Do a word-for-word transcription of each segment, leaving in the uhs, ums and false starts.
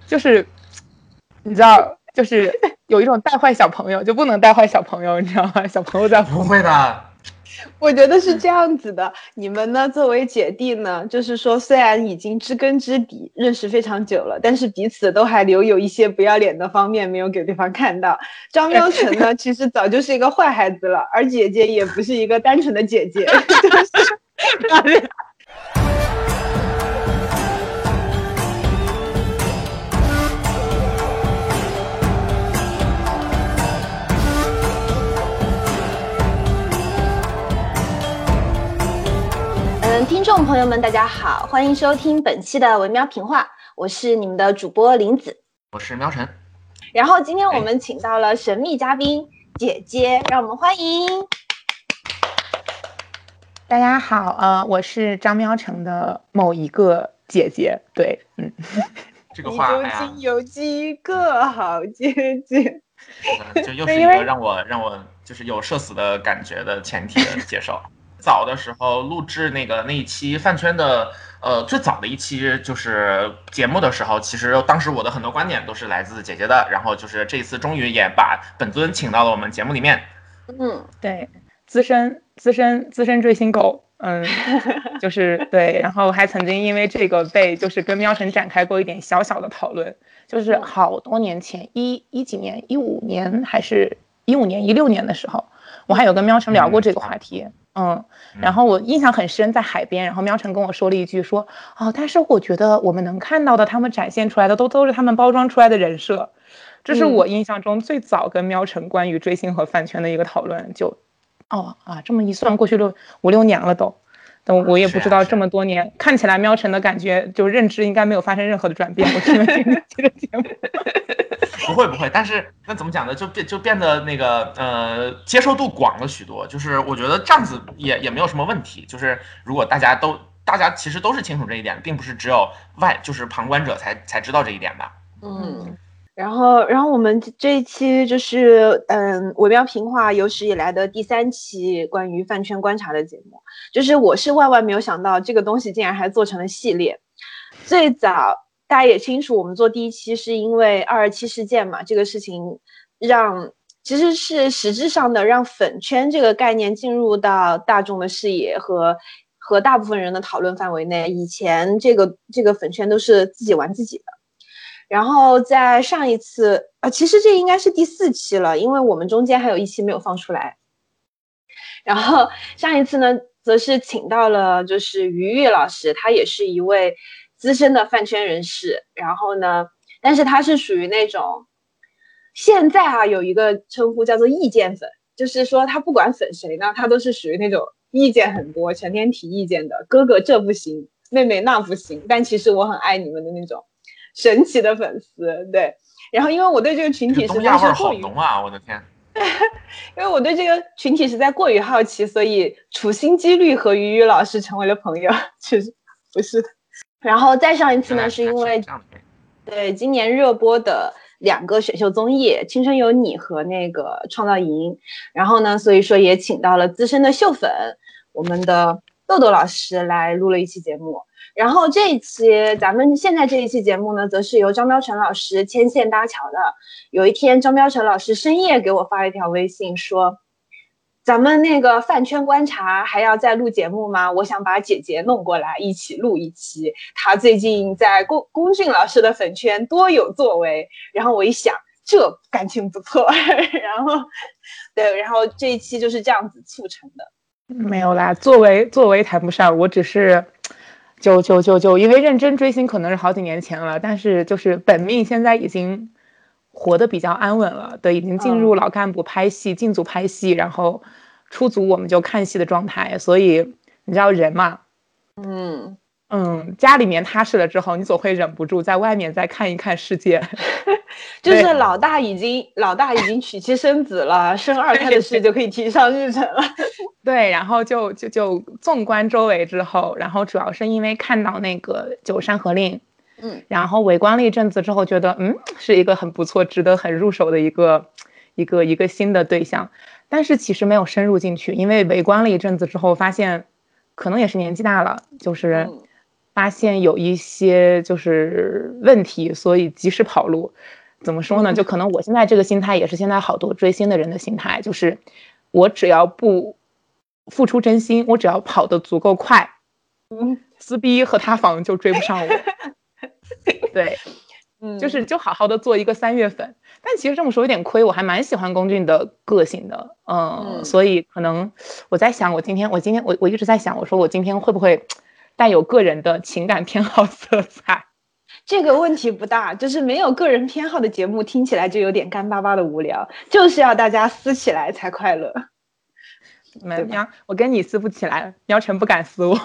就是你知道，就是有一种带坏小朋友，就不能带坏小朋友，你知道吗？小朋友在不会的。 我觉得是这样子的，你们呢作为姐弟呢，就是说虽然已经知根知底，认识非常久了，但是彼此都还留有一些不要脸的方面没有给对方看到。张喵晨呢，其实早就是一个坏孩子了，而姐姐也不是一个单纯的姐姐，就是听众朋友们大家好，欢迎收听本期的维喵评话，我是你们的主播林子， 我是喵晨。 然后今天我们请到了神秘嘉宾姐姐，让我们欢迎。 大家好，呃，我是张喵晨的某一个姐姐，对，嗯， 这个话你究竟有几个好姐姐？ 就又是一个让我让我就是有社死的感觉的前提的介绍。早的时候录制那个那一期饭圈的呃最早的一期就是节目的时候，其实当时我的很多观点都是来自姐姐的，然后就是这一次终于也把本尊请到了我们节目里面。 嗯， 对，资深资深资深追星狗，嗯，就是对，然后还曾经因为这个被就是跟喵晨展开过一点小小的讨论，就是好多年前一一几年一五年还是一五年一六年的时候，我还有跟喵晨聊过这个话题。嗯嗯，然后我印象很深，在海边，然后喵晨跟我说了一句说，哦，但是我觉得我们能看到的，他们展现出来的都都是他们包装出来的人设，这是我印象中最早跟喵晨关于追星和饭圈的一个讨论。就，哦啊，这么一算过去了五六年了都，但我也不知道这么多年，看起来喵晨的感觉就认知应该没有发生任何的转变。我听了这个节目。 不会不会，但是那怎么讲呢？就变就变得那个呃接受度广了许多。就是我觉得这样子也也没有什么问题。就是如果大家都大家其实都是清楚这一点，并不是只有外就是旁观者才才知道这一点的。 嗯，然后然后我们这一期就是嗯维喵评话有史以来的第三期关于饭圈观察的节目。就是我是万万没有想到这个东西竟然还做成了系列。最早大家也清楚，我们做第一期是因为二二七事件嘛，这个事情让其实是实质上的让粉圈这个概念进入到大众的视野和和大部分人的讨论范围内。以前这个这个粉圈都是自己玩自己的。然后在上一次啊，其实这应该是第四期了，因为我们中间还有一期没有放出来。然后上一次呢，则是请到了就是于玉老师，他也是一位资深的饭圈人士，然后呢，但是他是属于那种现在啊有一个称呼叫做意见粉，就是说他不管粉谁呢，他都是属于那种意见很多，成天提意见的，哥哥这不行，妹妹那不行，但其实我很爱你们的那种神奇的粉丝。对，然后因为我对这个群体实在是过于好浓啊，我的天。 因为我对这个群体实在过于好奇，所以处心积虑和于于老师成为了朋友。其实不是的。然后再上一次呢，是因为对今年热播的两个选秀综艺《青春有你》和那个《创造营》，然后呢，所以说也请到了资深的秀粉我们的豆豆老师来录了一期节目。然后这一期咱们现在这一期节目呢，则是由张喵晨老师牵线搭桥的。有一天张喵晨老师深夜给我发了一条微信说，咱们那个饭圈观察还要再录节目吗？我想把姐姐弄过来一起录一期，她最近在龚龚俊老师的粉圈多有作为。然后我一想，这感情不错。然后对，然后这一期就是这样子促成的。 没有啦，作为作为谈不上，我只是就就就就因为认真追星可能是好几年前了，但是就是本命现在已经活得比较安稳了，对，已经进入老干部拍戏、进组拍戏，然后出组我们就看戏的状态。所以你知道人嘛， 嗯嗯，家里面踏实了之后，你总会忍不住在外面再看一看世界。 就是老大已经老大已经娶妻生子了，生二胎的事就可以提上日程了。 对，然后就就就纵观周围之后，然后主要是因为看到那个《九山河令》， 嗯， 然后围观了一阵子之后，觉得嗯是一个很不错、值得很入手的一个一个一个新的对象，但是其实没有深入进去，因为围观了一阵子之后，发现可能也是年纪大了，就是发现有一些就是问题，所以及时跑路。怎么说呢？就可能我现在这个心态也是现在好多追星的人的心态，就是我只要不付出真心，我只要跑得足够快，嗯，撕逼和塌房就追不上我。对，嗯，就是就好好的做一个三月粉。但其实这么说有点亏，我还蛮喜欢龚俊的个性的，嗯，嗯所以可能我在想，我今天我今天我我一直在想，我说我今天会不会带有个人的情感偏好色彩？ 这个问题不大，就是没有个人偏好的节目听起来就有点干巴巴的无聊，就是要大家撕起来才快乐。 对吧？我跟你撕不起来，苗晨不敢撕我。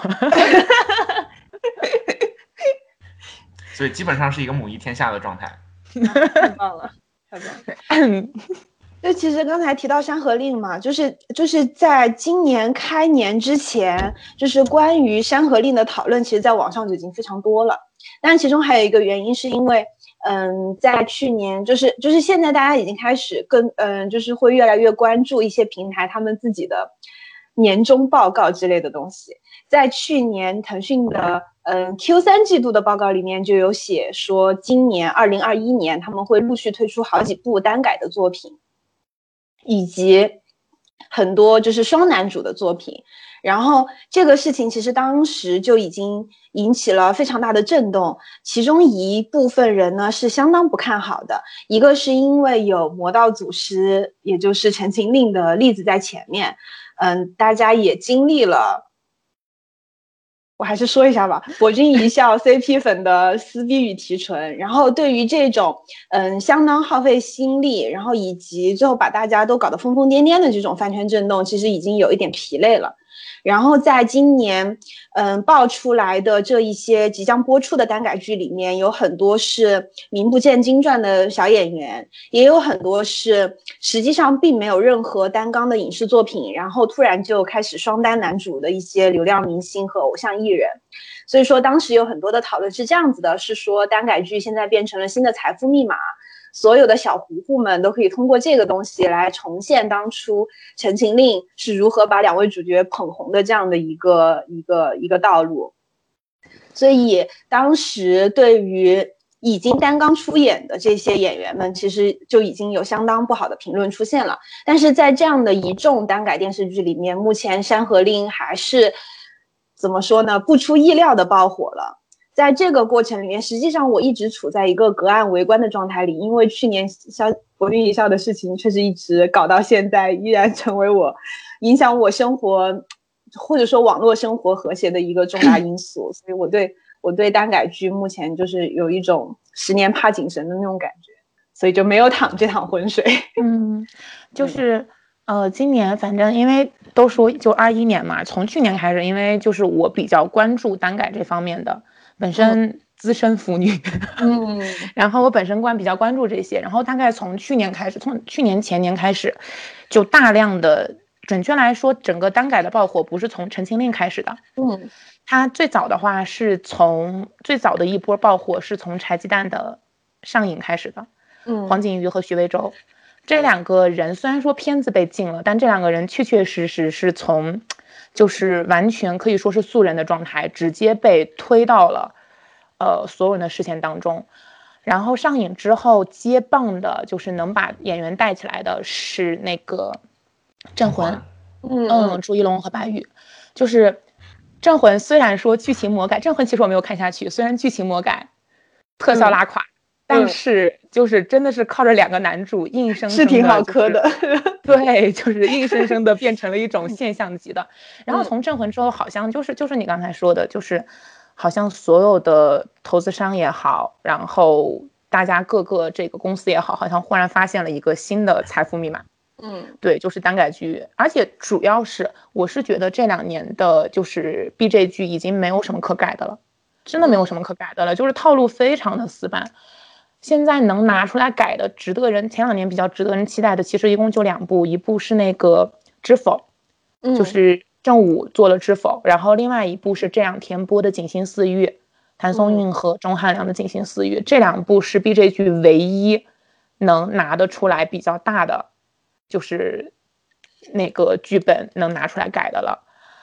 所以基本上是一个母仪天下的状态。 太棒了，太棒了。就其实刚才提到《山河令》嘛，就是就是在今年开年之前，就是关于《山河令》的讨论，其实在网上就已经非常多了。但其中还有一个原因，是因为，嗯，在去年，就是就是现在大家已经开始更，嗯，就是会越来越关注一些平台他们自己的年终报告之类的东西。在去年腾讯的，嗯 Q 三季度的报告里面就有写说，今年二零二一年他们会陆续推出好几部单改的作品。以及很多就是双男主的作品，然后这个事情其实当时就已经引起了非常大的震动，其中一部分人呢是相当不看好的，一个是因为有魔道祖师，也就是陈情令的例子在前面，嗯，大家也经历了。我还是说一下吧，博君一笑 C P 粉的撕逼与提纯，然后对于这种嗯相当耗费心力，然后以及最后把大家都搞得疯疯癫癫的这种饭圈震动，其实已经有一点疲累了。然后在今年嗯爆出来的这一些即将播出的单改剧里面，有很多是名不见经传的小演员，也有很多是实际上并没有任何担纲的影视作品，然后突然就开始双担男主的一些流量明星和偶像艺人。所以说当时有很多的讨论是这样子的，是说单改剧现在变成了新的财富密码，所有的小糊糊们都可以通过这个东西来重现当初陈情令是如何把两位主角捧红的这样的一个一个一个道路。所以当时对于已经担纲出演的这些演员们，其实就已经有相当不好的评论出现了。但是在这样的一众单改电视剧里面，目前《山河令》还是怎么说呢，不出意料的爆火了。在这个过程里面，实际上我一直处在一个隔岸围观的状态里，因为去年肖博君一笑的事情确实一直搞到现在，依然成为我影响我生活或者说网络生活和谐的一个重大因素。所以我对我对单改剧目前就是有一种十年怕井绳的那种感觉，所以就没有淌这趟浑水。 嗯，就是呃，今年反正因为都说就二一年嘛，从去年开始，因为就是我比较关注单改这方面的。本身资深腐女，嗯，然后我本身关比较关注这些，然后大概从去年开始，从去年前年开始，就大量的，准确来说，整个单改的爆火不是从陈情令开始的，嗯，它最早的话是从最早的一波爆火是从柴鸡蛋的上瘾开始的，嗯，黄景瑜和徐魏洲这两个人虽然说片子被禁了，但这两个人确确实实是从。就是完全可以说是素人的状态，直接被推到了呃所有人的视线当中。然后上瘾之后接棒的，就是能把演员带起来的是那个镇魂，嗯嗯，朱一龙和白宇。就是镇魂虽然说剧情魔改，镇魂其实我没有看下去，虽然剧情魔改，特效拉垮。嗯但是就是真的是靠着两个男主硬生生的、就是， 是挺好磕的， 对，就是硬生生的变成了一种现象级的。然后从镇魂之后，好像就是就是你刚才说的，就是好像所有的投资商也好，然后大家各个这个公司也好，好像忽然发现了一个新的财富密码。嗯，对，就是单改剧，而且主要是我是觉得这两年的就是 B J 剧已经没有什么可改的了，真的没有什么可改的了，就是套路非常的死板。现在能拿出来改的值得人前两年比较值得人期待的其实一共就两部，一部是那个知否、嗯、就是正午做了知否，然后另外一部是这两天播的锦心似玉，谭松韵和钟汉良的锦心似玉、嗯、这两部是 B J 剧唯一能拿得出来比较大的就是那个剧本能拿出来改的了。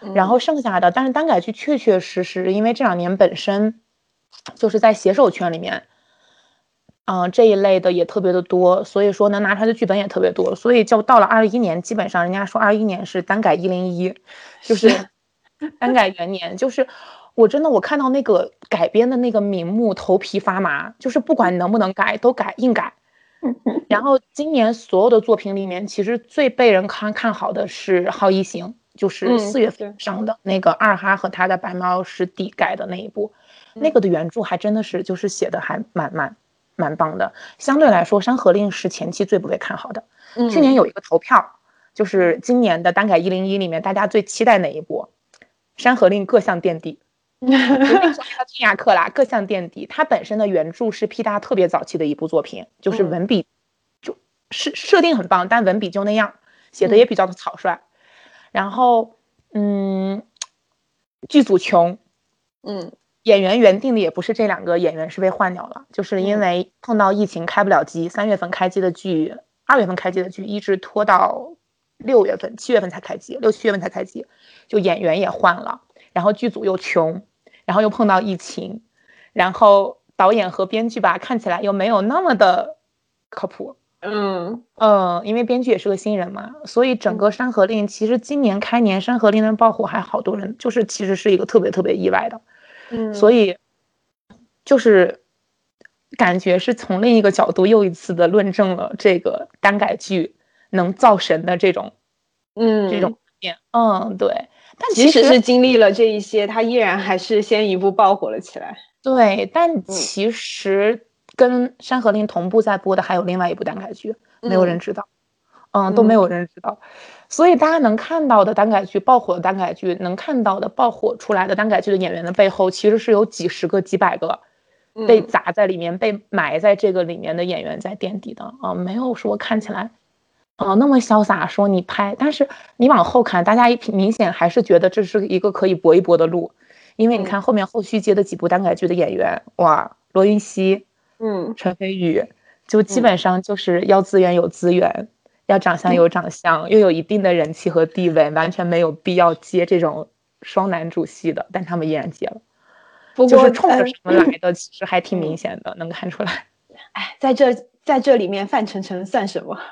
然后剩下的，但是单改剧确确实实，因为这两年本身就是在写手圈里面，嗯、呃，这一类的也特别的多，所以说能拿出来的剧本也特别多，所以就到了二一年，基本上人家说二一年是单改一零一，就是单改元年，就是我真的我看到那个改编的那个名目头皮发麻，就是不管能不能改都改硬改。然后今年所有的作品里面，其实最被人看看好的是《好一行》，就是四月份上的那个二哈和他的白猫师弟改的那一部，那个的原著还真的是就是写的还蛮蛮蛮棒的。相对来说，《山河令》是前期最不被看好的。去年有一个投票，就是今年的单改一零一里面，大家最期待哪一部？《山河令》各项垫底。那个时候叫俊亚克啦，各项垫底。它本身的原著是 P 大特别早期的一部作品，就是文笔就是设定很棒，但文笔就那样，写的也比较的草率。嗯、然后，嗯，剧组穷， 嗯， 演员原定的也不是这两个演员，是被换掉了，就是因为碰到疫情开不了机，三月份开机的剧，二月份开机的剧一直拖到六月份、七月份才开机，六七月份才开机，就演员也换了。然后剧组又穷，然后又碰到疫情，然后导演和编剧吧看起来又没有那么的靠谱， 嗯嗯，因为编剧也是个新人嘛，所以整个《山河令》其实今年开年《山河令》的爆火还好多人，就是其实是一个特别特别意外的， 嗯， 所以就是感觉是从另一个角度又一次的论证了这个单改剧能造神的这种， 嗯， 这种点，嗯，对。但即使是经历了这一些，他依然还是先一步爆火了起来。 对，但其实跟《山河令》同步在播的还有另外一部单改剧，没有人知道，嗯，嗯都没有人知道。所以大家能看到的单改剧爆火的单改剧，能看到的爆火出来的单改剧的演员的背后，其实是有几十个、几百个被砸在里面、嗯、被埋在这个里面的演员在垫底的啊、嗯，没有说看起来。哦，那么潇洒说你拍，但是你往后看，大家一明显还是觉得这是一个可以搏一搏的路，因为你看后面后续接的几部单改剧的演员，嗯、哇，罗云熙， 嗯， 陈飞宇，就基本上就是要资源有资源，嗯、要长相有长相，嗯、又有一定的人气和地位，完全没有必要接这种双男主戏的，但他们依然接了， 不过就是冲着什么来的，其实还挺明显的，嗯、能看出来。 哎，在这在这里面，范丞丞算什么？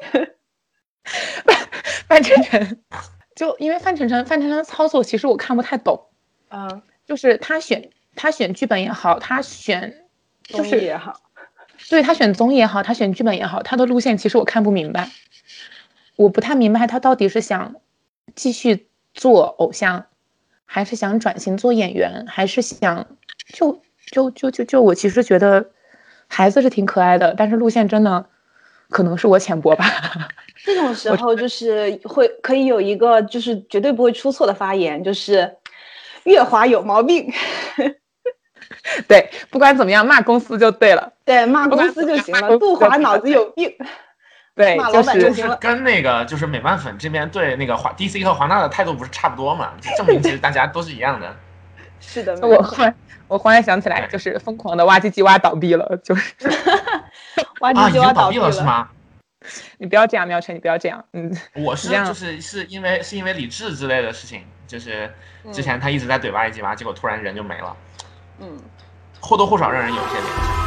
范丞丞，就因为范丞丞，范丞丞操作其实我看不太懂， 嗯， 就是他选他选剧本也好，他选就是也好， 对他选综艺也好，他选剧本也好，他的路线其实我看不明白，我不太明白他到底是想继续做偶像，还是想转型做演员，还是想就就就就就我其实觉得孩子是挺可爱的，但是路线真的可能是我浅薄吧。 这种时候就是会可以有一个就是绝对不会出错的发言，就是月华有毛病。 对，不管怎么样骂公司就对了。 对，骂公司就行了。杜华脑子有病。 对， 骂老板就行了。 就是跟那个就是美漫粉这边对那个华 D C 和华纳的态度不是差不多嘛？就证明其实大家都是一样的。 是的， 我忽然我忽然想起来，就是疯狂的挖机机挖倒闭了，就是挖机机挖倒闭了是吗？ 你不要这样，苗晨，你不要这样。嗯， 我是就是是因为是因为李志之类的事情，就是之前他一直在怼挖一机挖，结果突然人就没了。 嗯， 或多或少让人有一些联系。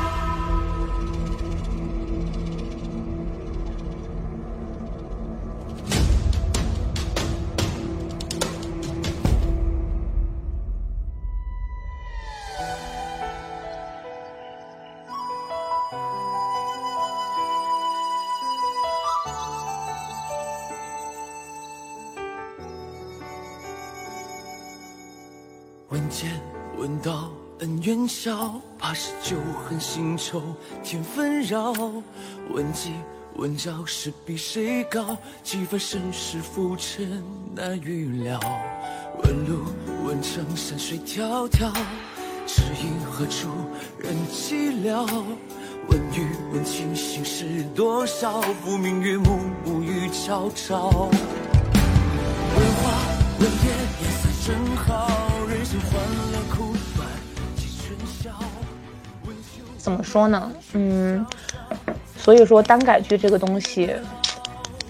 闻剑闻道恩怨消，怕是旧恨新仇添纷扰。问计问招是比谁高，几番盛世浮沉难预料。问路问程山水迢迢，指引何处人寂寥。问雨问情心事多少，浮明月暮暮雨朝朝。问花问叶颜色正好， 怎么说呢？嗯，所以说单改剧这个东西，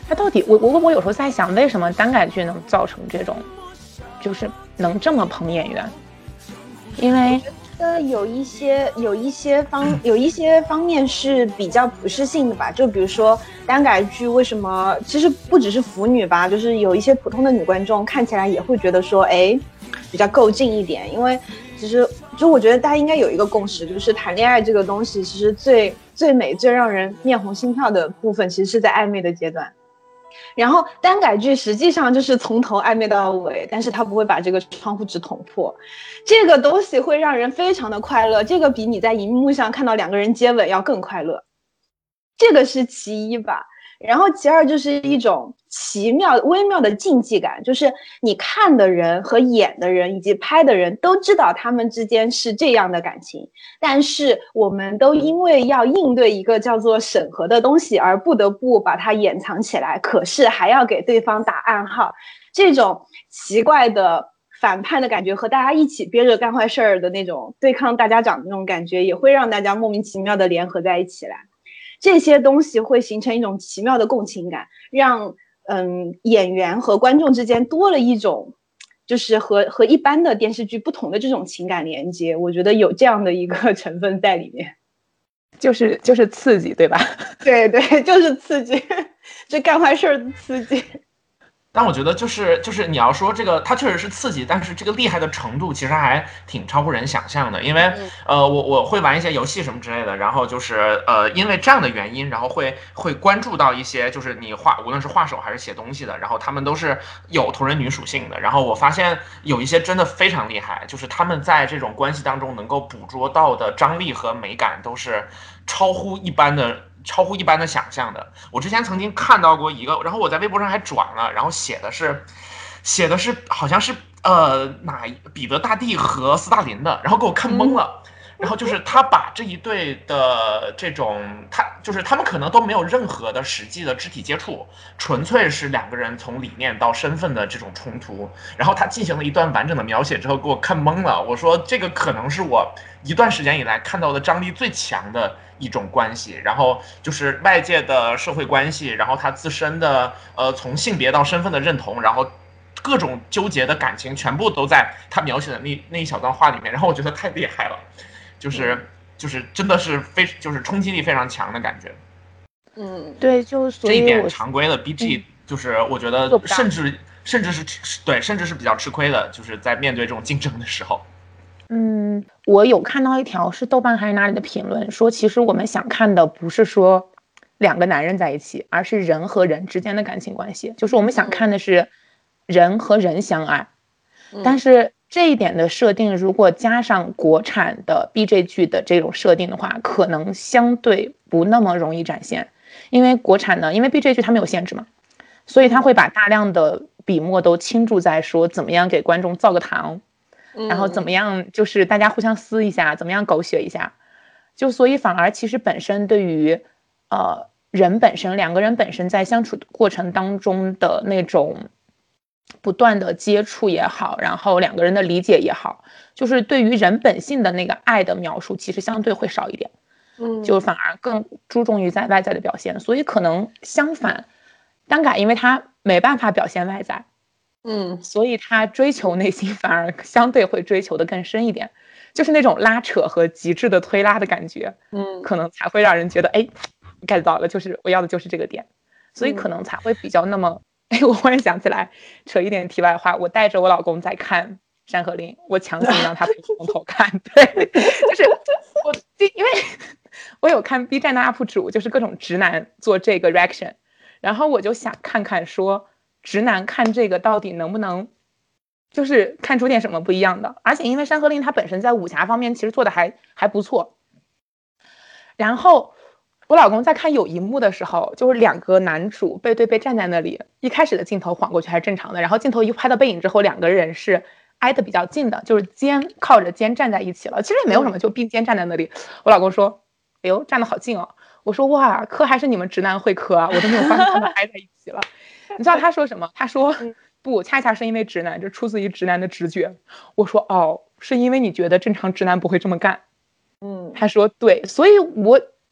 他到底我我我有时候在想，为什么耽改剧能造成这种，就是能这么捧演员？因为呃，有一些有一些方有一些方面是比较普适性的吧，就比如说耽改剧为什么，其实不只是腐女吧，就是有一些普通的女观众看起来也会觉得说，哎，比较够劲一点。因为其实就我觉得大家应该有一个共识，就是谈恋爱这个东西，其实最最美最让人面红心跳的部分，其实是在暧昧的阶段。然后耽改剧实际上就是从头暧昧到尾，但是他不会把这个窗户纸捅破，这个东西会让人非常的快乐，这个比你在荧幕上看到两个人接吻要更快乐，这个是其一吧。然后其二就是一种奇妙微妙的竞技感，就是你看的人和演的人以及拍的人都知道他们之间是这样的感情，但是我们都因为要应对一个叫做审核的东西而不得不把它掩藏起来，可是还要给对方打暗号，这种奇怪的反叛的感觉和大家一起憋着干坏事儿的那种对抗大家长的那种感觉，也会让大家莫名其妙的联合在一起来。这些东西会形成一种奇妙的共情感，让嗯演员和观众之间多了一种就是和和一般的电视剧不同的这种情感连接，我觉得有这样的一个成分在里面， 就是就是刺激，对吧？ 对对，就是刺激，这干坏事的刺激。 但我觉得就是就是你要说这个，它确实是刺激，但是这个厉害的程度其实还挺超乎人想象的。因为呃，我我会玩一些游戏什么之类的，然后就是呃，因为这样的原因，然后会会关注到一些就是你画，无论是画手还是写东西的，然后他们都是有同人女属性的。然后我发现有一些真的非常厉害，就是他们在这种关系当中能够捕捉到的张力和美感都是超乎一般的。超乎一般的想象的。我之前曾经看到过一个，然后我在微博上还转了，然后写的是，写的是好像是呃哪彼得大帝和斯大林的，然后给我看懵了。嗯、然后就是他把这一对的这种，他就是他们可能都没有任何的实际的肢体接触，纯粹是两个人从理念到身份的这种冲突。然后他进行了一段完整的描写之后，给我看懵了。我说这个可能是我一段时间以来看到的张力最强的一种关系，然后就是外界的社会关系，然后他自身的呃从性别到身份的认同，然后各种纠结的感情全部都在他描写的那那一小段话里面，然后我觉得太厉害了，就是就是真的是非就是冲击力非常强的感觉。 嗯， 对，就所以这一点常规的 B G、嗯、就是我觉得甚至甚至是对甚至是比较吃亏的，就是在面对这种竞争的时候。 嗯，我有看到一条是豆瓣还是哪里的评论，说其实我们想看的不是说两个男人在一起，而是人和人之间的感情关系，就是我们想看的是人和人相爱。嗯、但是这一点的设定，如果加上国产的 B J 剧的这种设定的话，可能相对不那么容易展现。因为国产呢，因为 B J 剧它没有限制嘛，所以它会把大量的笔墨都倾注在说怎么样给观众造个糖。然后怎么样就是大家互相撕一下，怎么样狗血一下，就所以反而其实本身对于呃人本身两个人本身在相处过程当中的那种不断的接触也好，然后两个人的理解也好，就是对于人本性的那个爱的描述其实相对会少一点，嗯，就反而更注重于在外在的表现。所以可能相反，耽改因为他没办法表现外在，嗯，所以他追求内心反而相对会追求的更深一点，就是那种拉扯和极致的推拉的感觉，嗯，可能才会让人觉得哎 get 到了，就是我要的就是这个点，所以可能才会比较那么哎、嗯，我忽然想起来，扯一点题外话，我带着我老公在看《山河令》，我强行让他从头看，对，就是我因为我有看 B 站的 U P 主，就是各种直男做这个 reaction， 然后我就想看看说。直男看这个到底能不能就是看出点什么不一样的，而且因为山河令他本身在武侠方面其实做的还还不错，然后我老公在看有一幕的时候，就是两个男主背对背站在那里，一开始的镜头晃过去还是正常的，然后镜头一拍到背影之后，两个人是挨得比较近的，就是肩靠着肩站在一起了，其实也没有什么，就并肩站在那里。我老公说哎呦站得好近哦，我说哇磕还是你们直男会磕啊，我都没有发现他们挨在一起了。你知道他说什么？他说不，恰恰是因为直男，这出自于直男的直觉。我说哦，是因为你觉得正常直男不会这么干。嗯，他说对，所以我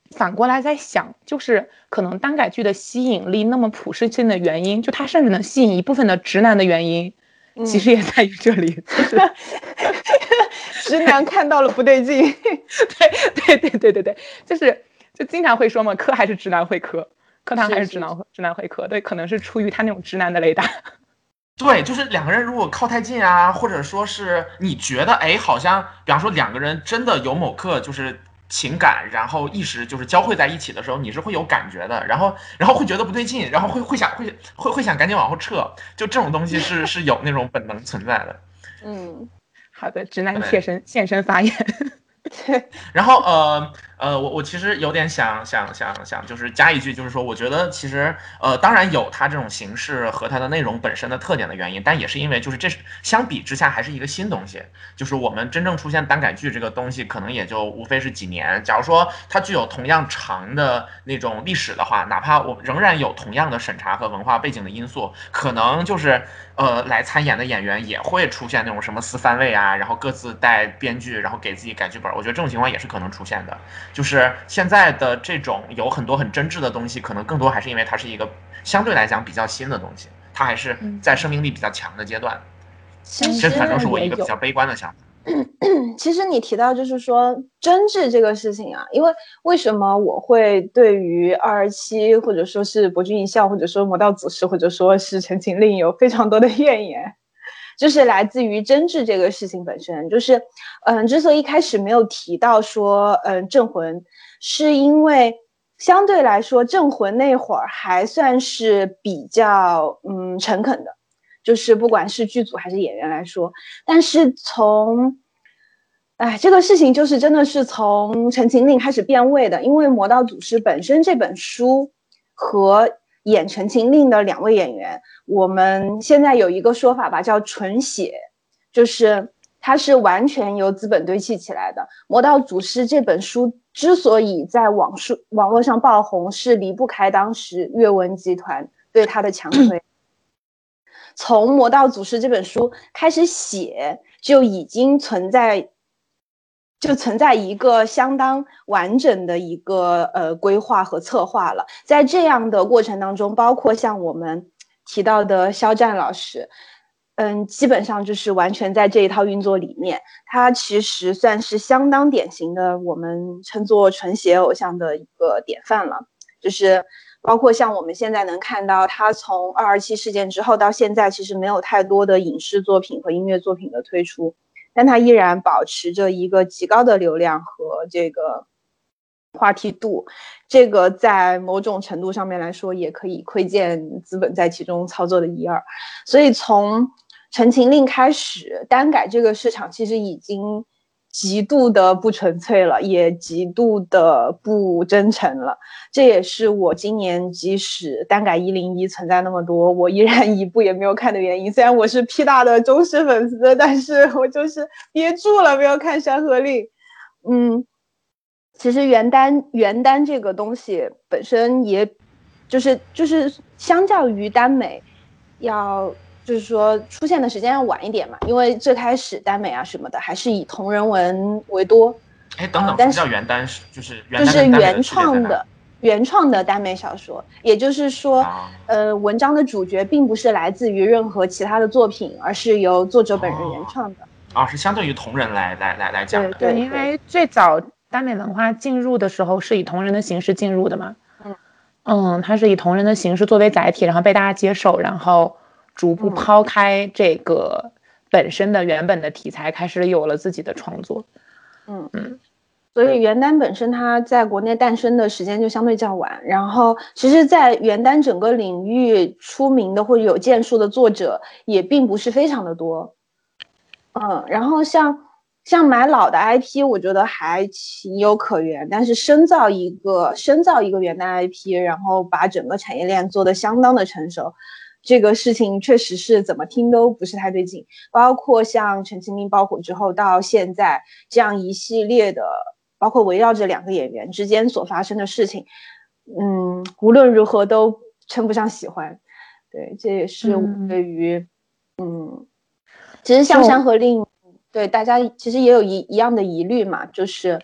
反过来在想，就是可能耽改剧的吸引力那么普适性的原因，就它甚至能吸引一部分的直男的原因，嗯、其实也在于这里，就是直男看到了不对劲。 对对对对对对，就是就经常会说嘛，磕还是直男会磕，磕糖还是直男直男会磕，对，可能是出于他那种直男的雷达。 对，就是两个人如果靠太近啊，或者说是你觉得哎，好像比方说两个人真的有某刻就是情感，然后意识就是交汇在一起的时候，你是会有感觉的，然后然后会觉得不对劲，然后会会想会会会想赶紧往后撤，就这种东西是是有那种本能存在的。 嗯， 好的，直男现身现身发言。 对， 然后呃呃，我我其实有点想想想想，就是加一句，就是说，我觉得其实呃，当然有它这种形式和它的内容本身的特点的原因，但也是因为就是这是相比之下还是一个新东西，就是我们真正出现耽改剧这个东西，可能也就无非是几年。假如说它具有同样长的那种历史的话，哪怕我仍然有同样的审查和文化背景的因素，可能就是呃来参演的演员也会出现那种什么私番位啊，然后各自带编剧，然后给自己改剧本。我觉得这种情况也是可能出现的，就是现在的这种有很多很真挚的东西，可能更多还是因为它是一个相对来讲比较新的东西，它还是在生命力比较强的阶段。 其实这反正是我一个比较悲观的想法。 其实你提到就是说真挚这个事情啊，因为为什么我会对于二二七或者说是博君一笑或者说魔道祖师或者说是陈情令有非常多的怨言，就是来自于真挚这个事情本身。就是嗯，之所以一开始没有提到说嗯镇魂，是因为相对来说镇魂那会儿还算是比较嗯诚恳的，就是不管是剧组还是演员来说。但是从哎，这个事情就是真的是从陈情令开始变味的，因为魔道祖师本身这本书和演陈情令的两位演员，我们现在有一个说法吧，叫纯写，就是它是完全由资本堆砌起来的。魔道祖师这本书之所以在网书网络上爆红，是离不开当时阅文集团对它的强推。从魔道祖师这本书开始写，就已经存在就存在一个相当完整的一个呃规划和策划了。在这样的过程当中，包括像我们提到的肖战老师，嗯，基本上就是完全在这一套运作里面。他其实算是相当典型的我们称作纯写偶像的一个典范了。就是包括像我们现在能看到，他从二二七事件之后到现在，其实没有太多的影视作品和音乐作品的推出。但它依然保持着一个极高的流量和这个话题度，这个在某种程度上面来说，也可以窥见资本在其中操作的一二。所以从陈情令开始，耽改这个市场其实已经极度的不纯粹了，也极度的不真诚了。这也是我今年即使耽改一零一存在那么多，我依然一部也没有看的原因。虽然我是 P 大的忠实粉丝，但是我就是憋住了没有看《山河令》。嗯，其实原耽原耽这个东西本身也就是就是相较于耽美要就是说出现的时间要晚一点嘛，因为最开始耽美啊什么的还是以同人文为多。 哎，等等，什么叫原耽？就是原就是原创的原创的耽美小说，也就是说、啊、呃，文章的主角并不是来自于任何其他的作品，而是由作者本人原创的。 啊、哦哦，是相对于同人来来来来讲的。 对对，因为最早耽美文化进入的时候是以同人的形式进入的嘛。嗯嗯，它是以同人的形式作为载体，然后被大家接受，然后逐步抛开这个本身的原本的题材，开始有了自己的创作。 嗯嗯。所以原耽本身它在国内诞生的时间就相对较晚，然后其实在原耽整个领域出名的或者有建树的作者也并不是非常的多。嗯，然后像像买老的 I P 我觉得还情有可原，但是深造一个深造一个原耽 I P， 然后把整个产业链做得相当的成熟，这个事情确实是怎么听都不是太对劲。包括像陈情令爆火之后到现在这样一系列的包括围绕着两个演员之间所发生的事情，嗯，无论如何都称不上喜欢。对，这也是我对于 嗯, 嗯，其实像《山河令》对大家其实也有一一样的疑虑嘛，就是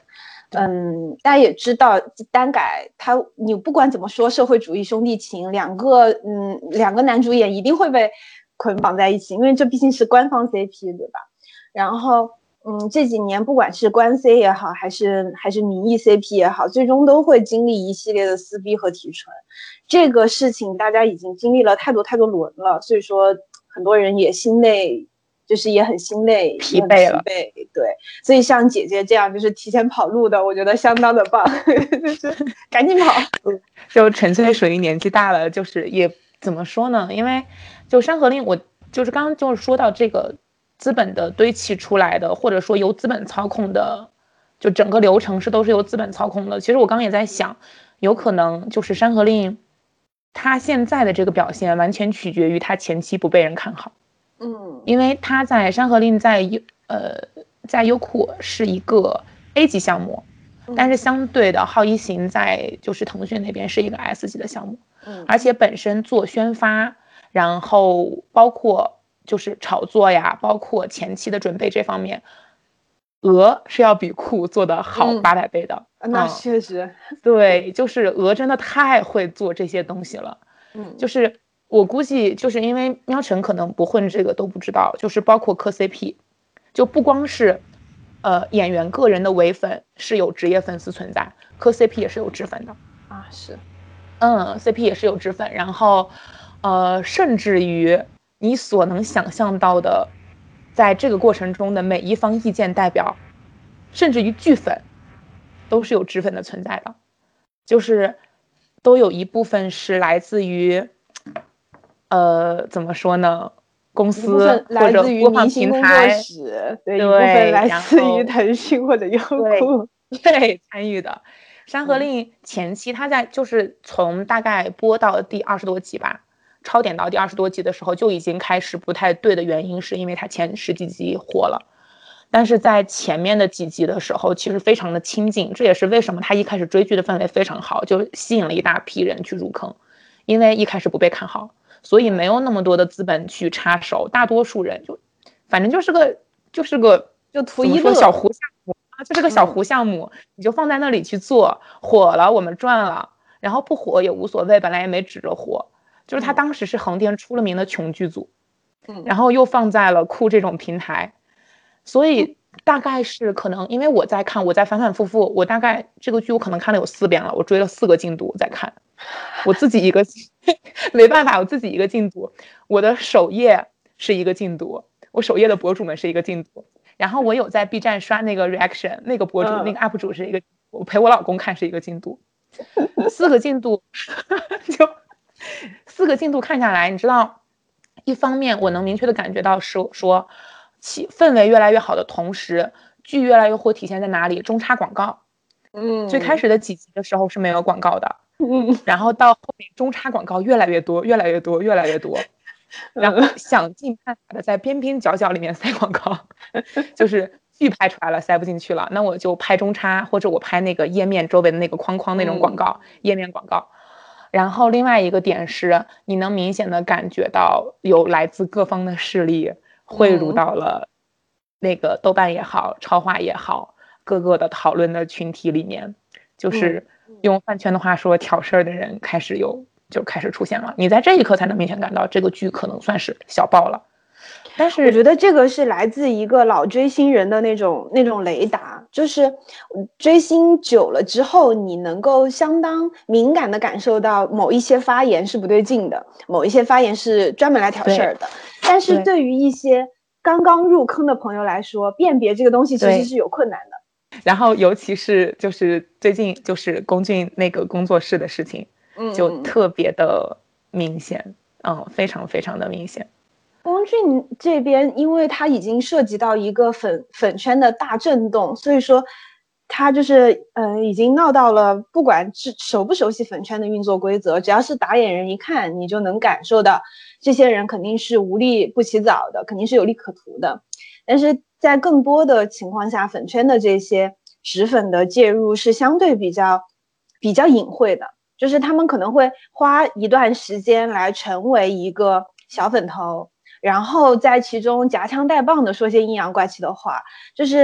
嗯，大家也知道单改他，你不管怎么说社会主义兄弟情，两个嗯两个男主演一定会被捆绑在一起，因为这毕竟是官方 C P 对吧？然后嗯这几年不管是官 C 也好，还是还是民意 C P 也好，最终都会经历一系列的撕逼和提纯，这个事情大家已经经历了太多太多轮了，所以说很多人也心累。就是也很心累， 疲惫了， 疲惫，对，所以像姐姐这样就是提前跑路的，我觉得相当的棒，就是赶紧跑， 就纯粹属于年纪大了，就是也怎么说呢？因为就《山河令》，我就是刚刚就是说到这个资本的堆砌出来的，或者说由资本操控的，就整个流程是都是由资本操控的。其实我刚刚也在想，有可能就是《山河令》，它现在的这个表现完全取决于它前期不被人看好。 嗯， 因为它在《山河令》在优呃在优酷是一个 A 级项目，但是相对的《好一行》在就是腾讯那边是一个 S 级的项目， 嗯， 而且本身做宣发，然后包括就是炒作呀，包括前期的准备这方面，鹅是要比酷做的好八百倍的。 嗯、那确实、 嗯，对，就是鹅真的太会做这些东西了。 嗯， 就是我估计就是因为喵晨可能不混这个都不知道，就是包括磕 C P， 就不光是呃演员个人的唯粉是有职业粉丝存在，磕 C P 也是有脂粉的啊，是， 嗯 ，C P 也是有脂粉，然后呃甚至于你所能想象到的，在这个过程中的每一方意见代表，甚至于剧粉，都是有脂粉的存在的，就是都有一部分是来自于。呃，怎么说呢？公司或者播放平台， 对，一部分来自于腾讯或者优酷，对参与的。《山河令》前期，它在就是从大概播到第二十多集吧，超点到第二十多集的时候，就已经开始不太对的原因，是因为它前十几集火了，但是在前面的几集的时候，其实非常的亲近，这也是为什么它一开始追剧的氛围非常好，就吸引了一大批人去入坑，因为一开始不被看好。所以没有那么多的资本去插手，大多数人就反正就是个就是个就图一乐小糊项目啊，就是个小糊项目、嗯、你就放在那里去做，火了我们赚了，然后不火也无所谓，本来也没指着火。就是他当时是横店出了名的穷剧组， 嗯， 然后又放在了酷这种平台，所以大概是可能因为我在看，我在反反复复，我大概这个剧我可能看了有四遍了，我追了四个进度在看。我自己一个没办法，我自己一个进度，我的首页是一个进度，我首页的博主们是一个进度，然后我有在 B 站刷那个 reaction， 那个博主、嗯、那个 U P 主是一个，我陪我老公看是一个进度，四个进度就四个进度看下来，你知道，一方面我能明确的感觉到是说气氛围越来越好的同时，剧越来越会体现在哪里？中插广告。 嗯， 最开始的几集的时候是没有广告的。 嗯， 然后到后面中插广告越来越多，越来越多，越来越多，然后想尽办法的在边边角角里面塞广告，就是剧拍出来了塞不进去了，那我就拍中插，或者我拍那个页面周围的那个框框那种广告，嗯、页面广告。然后另外一个点是，你能明显的感觉到有来自各方的势力汇入到了那个豆瓣也好，超话也好，各个的讨论的群体里面，就是。嗯用饭圈的话说，挑事儿的人开始有就开始出现了，你在这一刻才能明显感到这个剧可能算是小爆了。但是我觉得这个是来自一个老追星人的那种那种雷达，就是追星久了之后，你能够相当敏感的感受到某一些发言是不对劲的，某一些发言是专门来挑事儿的。但是对于一些刚刚入坑的朋友来说，辨别这个东西其实是有困难的。 然后尤其是就是最近就是龚俊那个工作室的事情， 嗯， 就特别的明显，嗯，非常非常的明显。 龚俊这边，因为他已经涉及到一个粉粉圈的大震动，所以说他就是嗯、呃，已经闹到了不管是熟不熟悉粉圈的运作规则，只要是打眼人一看，你就能感受到这些人肯定是无利不起早的，肯定是有利可图的。但是在更多的情况下，粉圈的这些脂粉的介入是相对比较比较隐晦的，就是他们可能会花一段时间来成为一个小粉头，然后在其中夹枪带棒的说些阴阳怪气的话，就是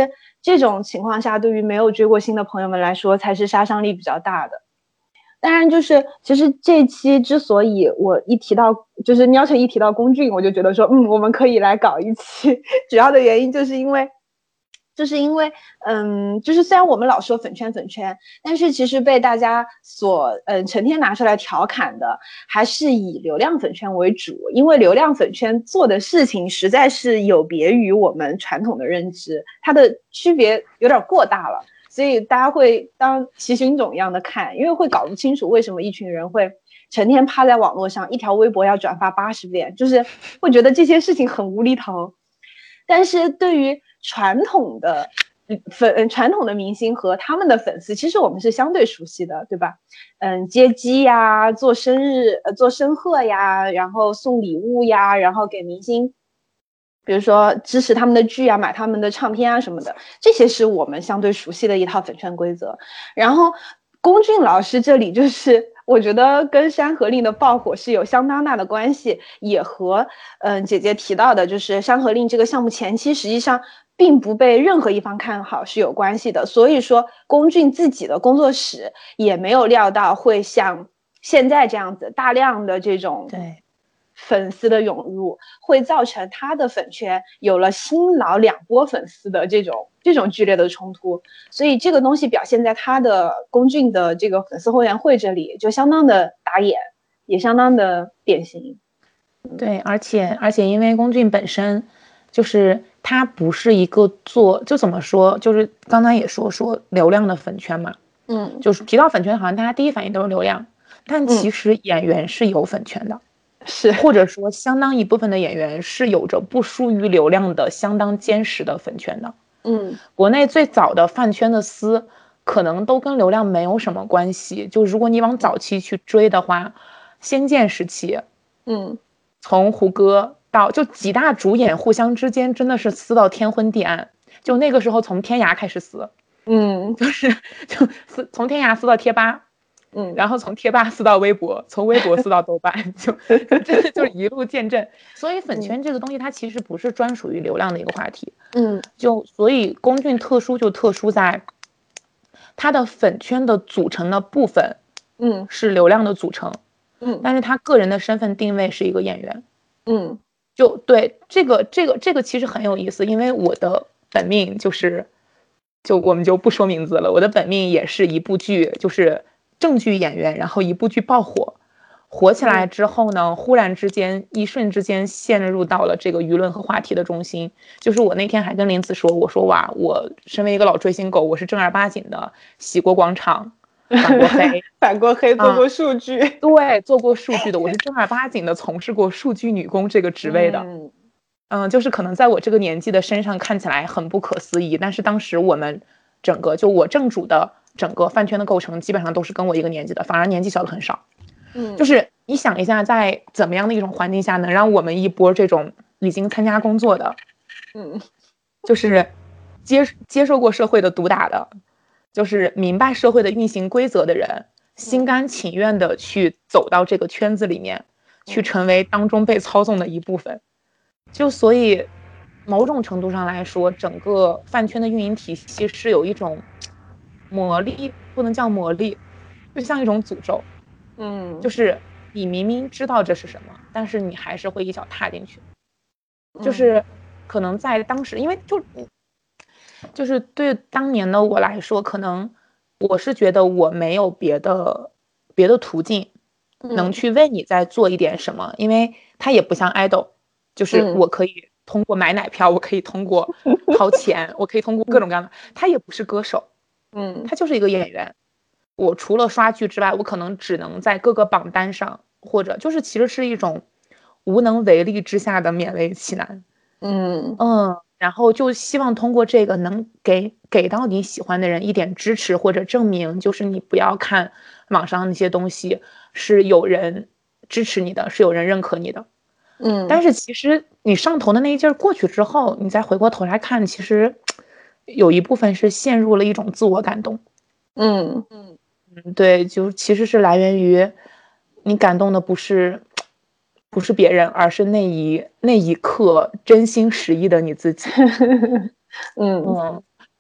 这种情况下，对于没有追过星的朋友们来说，才是杀伤力比较大的。当然，就是其实这期之所以我一提到，就是喵晨一提到龚俊，我就觉得说，嗯，我们可以来搞一期。主要的原因就是因为。就是因为，嗯，就是虽然我们老说粉圈粉圈，但是其实被大家所，嗯，成天拿出来调侃的，还是以流量粉圈为主。因为流量粉圈做的事情实在是有别于我们传统的认知，它的区别有点过大了，所以大家会当奇形种一样的看，因为会搞不清楚为什么一群人会成天趴在网络上，一条微博要转发八十遍，就是会觉得这些事情很无厘头。但是对于传统的粉传统的明星和他们的粉丝，其实我们是相对熟悉的，对吧？嗯，接机呀，做生日呃做生贺呀，然后送礼物呀，然后给明星，比如说支持他们的剧啊，买他们的唱片啊什么的，这些是我们相对熟悉的一套粉圈规则。然后龚俊老师这里就是我觉得跟山河令的爆火是有相当大的关系，也和嗯姐姐提到的就是山河令这个项目前期实际上并不被任何一方看好是有关系的。所以说龚俊自己的工作室也没有料到会像现在这样子大量的这种对粉丝的涌入，会造成他的粉圈有了新老两波粉丝的这种这种剧烈的冲突。所以这个东西表现在他的龚俊的这个粉丝后援会这里就相当的打眼，也相当的典型。 对，而且而且因为龚俊本身就是他不是一个做，就怎么说，就是刚才也说说流量的粉圈嘛， 嗯， 就是提到粉圈好像大家第一反应都是流量，但其实演员是有粉圈的。嗯， 是， 或者说相当一部分的演员是有着不输于流量的相当坚实的粉圈的。 嗯， 国内最早的饭圈的丝可能都跟流量没有什么关系，就如果你往早期去追的话，仙剑时期， 嗯， 从胡歌到就几大主演互相之间真的是撕到天昏地暗，就那个时候从天涯开始撕， 嗯， 就是就撕从天涯撕到贴吧。 嗯， 然后从贴吧撕到微博，从微博撕到豆瓣，就真的就是一路见证。所以粉圈这个东西它其实不是专属于流量的一个话题。 嗯， 就所以龚俊特殊就特殊在他的粉圈的组成的部分， 嗯， 是流量的组成， 嗯， 但是他个人的身份定位是一个演员。 嗯， 就对这个这个这个其实很有意思，因为我的本命就是就我们就不说名字了，我的本命也是一部剧，就是正剧演员，然后一部剧爆火，火起来之后呢，忽然之间一瞬之间陷入到了这个舆论和话题的中心。就是我那天还跟林子说，我说哇，我身为一个老追星狗，我是正儿八经的洗过广场，反过黑反过黑，做过数据、 嗯、对，做过数据的，我是正儿八经的从事过数据女工这个职位的。嗯嗯，就是可能在我这个年纪的身上看起来很不可思议，但是当时我们整个就我正主的整个饭圈的构成基本上都是跟我一个年纪的，反而年纪小的很少。 嗯， 就是你想一下，在怎么样的一种环境下能让我们一波这种已经参加工作的， 嗯， 就是接接受过社会的毒打的，就是明白社会的运行规则的人，心甘情愿的去走到这个圈子里面，去成为当中被操纵的一部分。就所以某种程度上来说，整个饭圈的运营体系是有一种魔力，不能叫魔力，就像一种诅咒。 嗯， 就是你明明知道这是什么，但是你还是会一脚踏进去。就是可能在当时，因为就就是对当年的我来说，可能我是觉得我没有别的别的途径能去为你再做一点什么，因为它也不像 idol。就是我可以通过买奶票，我可以通过掏钱，我可以通过各种各样的，他也不是歌手， 嗯， 他就是一个演员。我除了刷剧之外，我可能只能在各个榜单上，或者就是其实是一种无能为力之下的勉为其难。 嗯嗯，然后就希望通过这个能给给到你喜欢的人一点支持或者证明，就是你不要看网上那些东西，是有人支持你的，是有人认可你的。 嗯， 但是其实你上头的那一劲儿过去之后，你再回过头来看，其实有一部分是陷入了一种自我感动。 嗯嗯嗯，对，就其实是来源于你感动的不是不是别人，而是那一那一刻真心实意的你自己。 嗯嗯，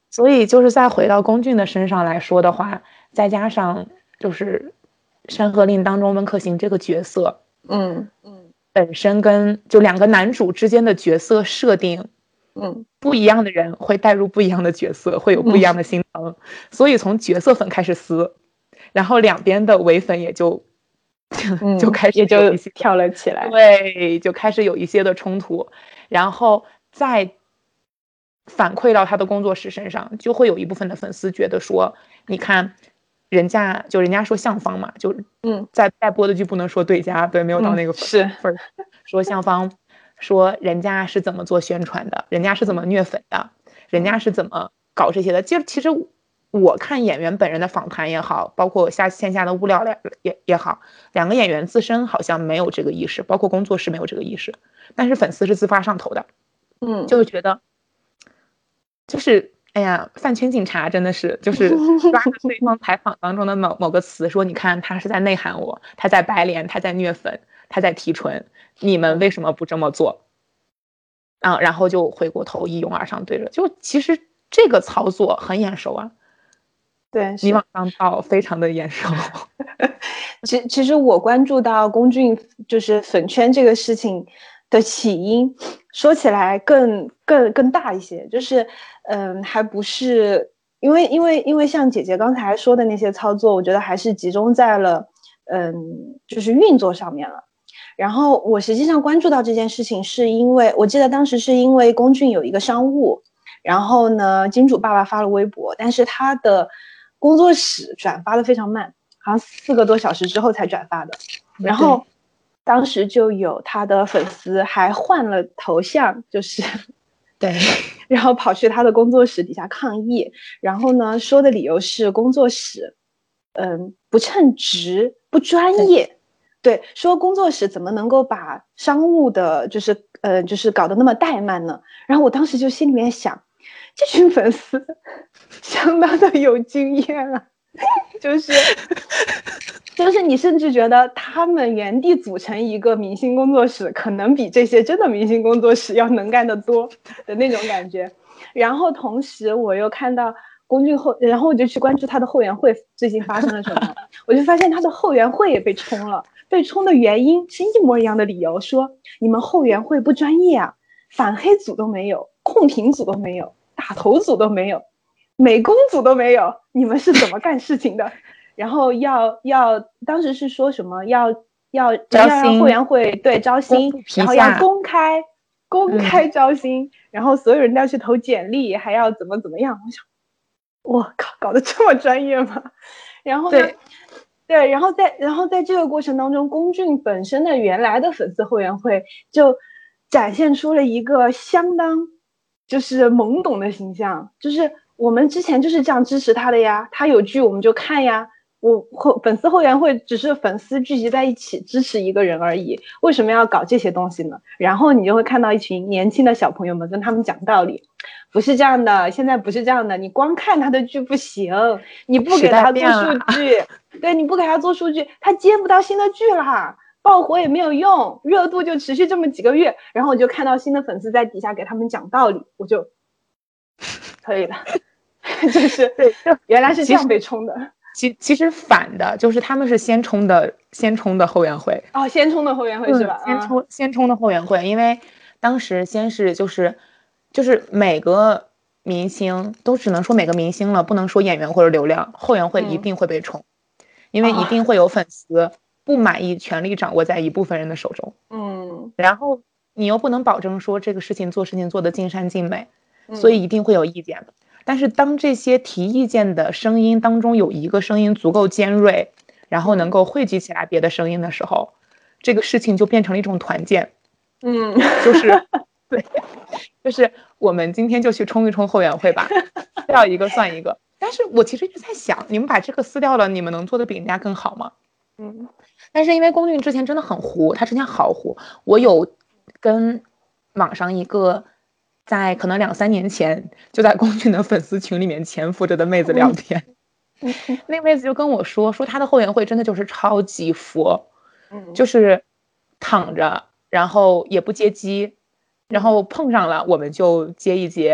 所以就是再回到龚俊的身上来说的话，再加上就是《山河令》当中温客行这个角色， 嗯嗯， 本身跟就两个男主之间的角色设定， 嗯， 不一样的人会带入不一样的角色，会有不一样的心疼，嗯、所以从角色粉开始撕，然后两边的伪粉也就。 嗯、 就开始也就跳了起来， 对，就开始有一些的冲突，然后再反馈到他的工作室身上，就会有一部分的粉丝觉得说，你看，人家就人家说向方嘛，就嗯， 在在播的剧不能说对家，对，没有到那个份、嗯、是份说向方，说人家是怎么做宣传的，人家是怎么虐粉的，人家是怎么搞这些的，就其实。我看演员本人的访谈也好，包括下线下的物料也也好，两个演员自身好像没有这个意识，包括工作室没有这个意识，但是粉丝是自发上头的， 嗯， 就觉得就是哎呀，饭圈警察真的是就是抓着对方采访当中的某某个词说，你看他是在内涵我，他在白脸，他在虐粉，他在提纯，你们为什么不这么做？啊，然后就回过头一拥而上对着，就其实这个操作很眼熟啊。 对， 你往上报非常的眼熟。 其其实我关注到龚俊就是粉圈这个事情的起因，说起来更更更大一些，就是嗯，还不是因为因为因为像姐姐刚才说的那些操作，我觉得还是集中在了嗯，就是运作上面了。然后我实际上关注到这件事情，是因为我记得当时是因为龚俊有一个商务，然后呢，金主爸爸发了微博，但是他的工作室转发的非常慢，好像四个多小时之后才转发的。然后当时就有他的粉丝还换了头像，就是对， 然后跑去他的工作室底下抗议，然后呢说的理由是工作室嗯不称职不专业。对，说工作室怎么能够把商务的就是呃就是搞得那么怠慢呢？然后我当时就心里面想，这群粉丝相当的有经验啊，就是就是你甚至觉得他们原地组成一个明星工作室，可能比这些真的明星工作室要能干得多的那种感觉。然后同时我又看到龚俊后，然后我就去关注他的后援会最近发生了什么，我就发现他的后援会也被冲了。被冲的原因是一模一样的理由，说你们后援会不专业啊，反黑组都没有，控评组都没有，打头组都没有，美工组都没有，你们是怎么干事情的？然后要要当时是说什么要要要让后援会对招新，然后要公开公开招新、嗯，然后所有人都要去投简历，还要怎么怎么样？我想，我靠，搞得这么专业吗？然后呢？对对，然后在然后在这个过程当中，龚俊本身的原来的粉丝后援会就展现出了一个相当就是懵懂的形象，就是我们之前就是这样支持他的呀，他有剧我们就看呀，我后粉丝后援会只是粉丝聚集在一起支持一个人而已，为什么要搞这些东西呢？然后你就会看到一群年轻的小朋友们跟他们讲道理，不是这样的，现在不是这样的，你光看他的剧不行，你不给他做数据，对，你不给他做数据，他接不到新的剧啦，爆火也没有用，热度就持续这么几个月。然后我就看到新的粉丝在底下给他们讲道理，我就可以了，就是对，原来是这样被冲的。 其其实反的，就是他们是先冲的，先冲的后援会哦，先冲的后援会是吧？ 嗯、先冲先冲的后援会，因为当时先是就是就是每个明星都只能说每个明星了，不能说演员或者流量，后援会一定会被冲。嗯，因为一定会有粉丝不满意，权力掌握在一部分人的手中。 嗯， 然后你又不能保证说这个事情做事情做得尽善尽美，所以一定会有意见。但是当这些提意见的声音当中有一个声音足够尖锐，然后能够汇集起来别的声音的时候，这个事情就变成了一种团建。 嗯， 就是对，就是我们今天就去冲一冲后援会吧，掉一个算一个。但是我其实一直在想，你们把这个撕掉了，你们能做的比人家更好吗？ 嗯， 但是因为龚俊之前真的很糊，他之前好糊。我有跟网上一个在可能两三年前就在龚俊的粉丝群里面潜伏着的妹子聊天， 嗯、 那妹子就跟我说，说他的后援会真的就是超级佛， 嗯， 就是躺着，然后也不接机，然后碰上了我们就接一接。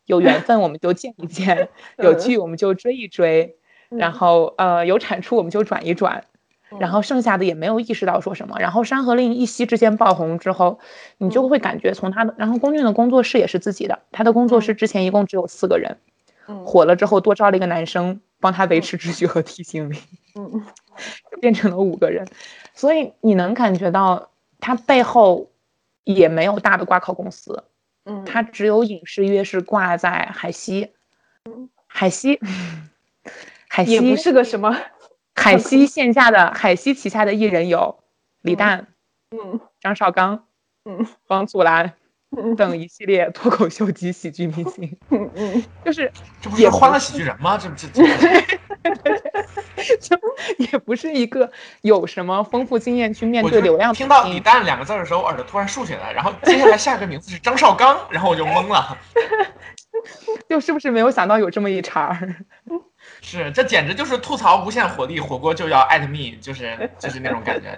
有缘分我们就见一见，有剧我们就追一追，然后呃有产出我们就转一转，然后剩下的也没有意识到说什么。然后《山河令》一夕之间爆红之后，你就会感觉从他的，然后龚俊的工作室也是自己的，他的工作室之前一共只有四个人，火了之后多招了一个男生帮他维持秩序和提醒力，嗯，就变成了五个人。所以你能感觉到他背后也没有大的挂靠公司，嗯，他只有影视约是挂在海西，嗯，海西，海西也不是个什么， 海西线下的海西旗下的艺人有李诞，嗯，张绍刚，嗯，王祖蓝。等一系列脱口秀及喜剧明星，嗯嗯，就是这不是欢乐喜剧人吗？这这这， 就也不是一个有什么丰富经验去面对流量。 听到李诞两个字的时候，我耳朵突然竖起来，然后接下来下一个名字是张绍刚，然后我就懵了， 就是不是没有想到有这么一茬？ 是，这简直就是吐槽无限火力，火锅就要艾特 me， 就是就是那种感觉。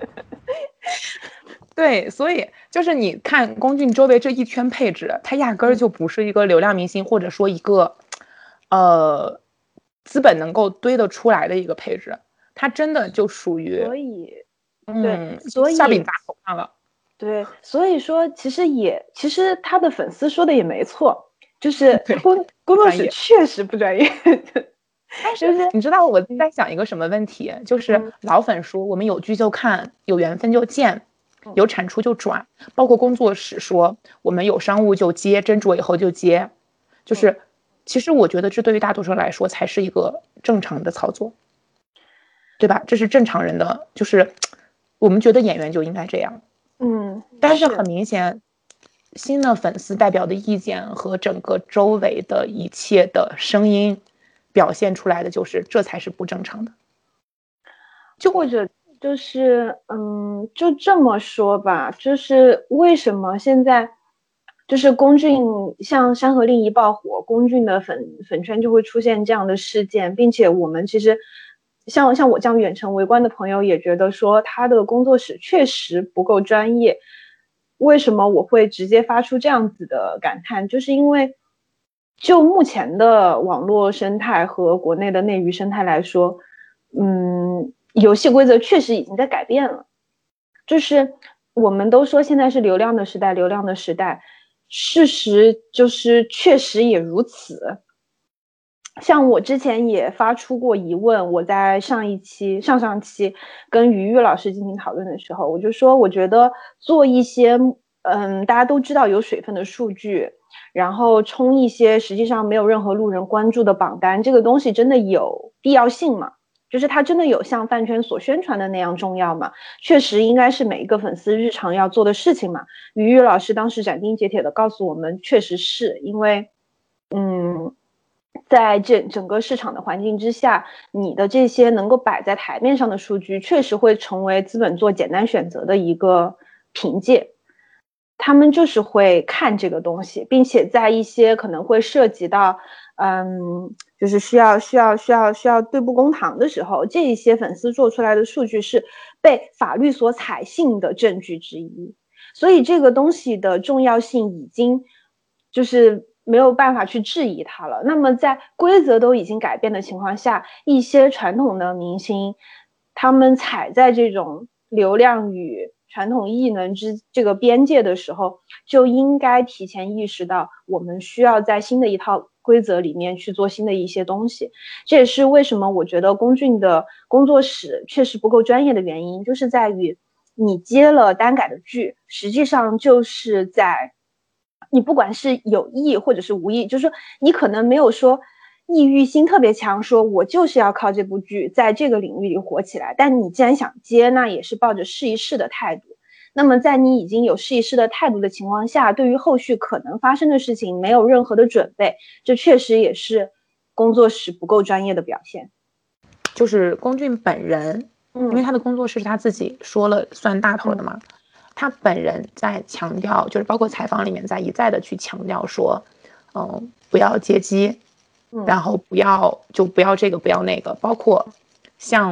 对，所以就是你看龚俊周围这一圈配置，他压根儿就不是一个流量明星，或者说一个呃资本能够堆得出来的一个配置，他真的就属于， 所以， 嗯， 对，所以馅饼砸头上了。 对，所以说其实也其实他的粉丝说的也没错，就是工工作室确实不专业。 但是你知道我在想一个什么问题，就是老粉说我们有剧就看，有缘分就见。有产出就转，包括工作室说我们有商务就接，斟酌以后就接，就是其实我觉得这对于大多数人来说才是一个正常的操作，对吧？这是正常人的，就是我们觉得演员就应该这样， 嗯， 但是很明显新的粉丝代表的意见和整个周围的一切的声音表现出来的就是这才是不正常的， 就或者就是嗯，就这么说吧，就是为什么现在就是龚俊像《山河令》一爆火，龚俊的粉粉圈就会出现这样的事件，并且我们其实像像我这样远程围观的朋友也觉得说他的工作室确实不够专业。为什么我会直接发出这样子的感叹？就是因为就目前的网络生态和国内的内娱生态来说，嗯。游戏规则确实已经在改变了，就是我们都说现在是流量的时代，流量的时代，事实就是确实也如此。像我之前也发出过疑问，我在上一期、上上期跟于玉老师进行讨论的时候，我就说，我觉得做一些嗯大家都知道有水分的数据，然后冲一些实际上没有任何路人关注的榜单，这个东西真的有必要性吗？就是它真的有像饭圈所宣传的那样重要吗？确实应该是每一个粉丝日常要做的事情嘛。于玉老师当时斩钉截铁的告诉我们，确实是因为，嗯，在这整个市场的环境之下，你的这些能够摆在台面上的数据，确实会成为资本做简单选择的一个凭借。他们就是会看这个东西，并且在一些可能会涉及到。嗯，就是需要需要需要需要对簿公堂的时候，这一些粉丝做出来的数据是被法律所采信的证据之一，所以这个东西的重要性已经就是没有办法去质疑它了。那么在规则都已经改变的情况下，一些传统的明星，他们踩在这种流量与传统艺能之这个边界的时候，就应该提前意识到我们需要在新的一套规则里面去做新的一些东西。这也是为什么我觉得龚俊的工作室确实不够专业的原因，就是在于你接了单改的剧，实际上就是在你不管是有意或者是无意，就是说你可能没有说意欲心特别强，说我就是要靠这部剧在这个领域里火起来，但你既然想接，那也是抱着试一试的态度。那么在你已经有试一试的态度的情况下，对于后续可能发生的事情没有任何的准备，这确实也是工作室不够专业的表现。 就是龚俊本人，因为他的工作室是他自己说了算大头的嘛，嗯、他本人在强调，就是包括采访里面在一再的去强调说，嗯、呃，不要接机，嗯、然后不要就不要这个不要那个，包括像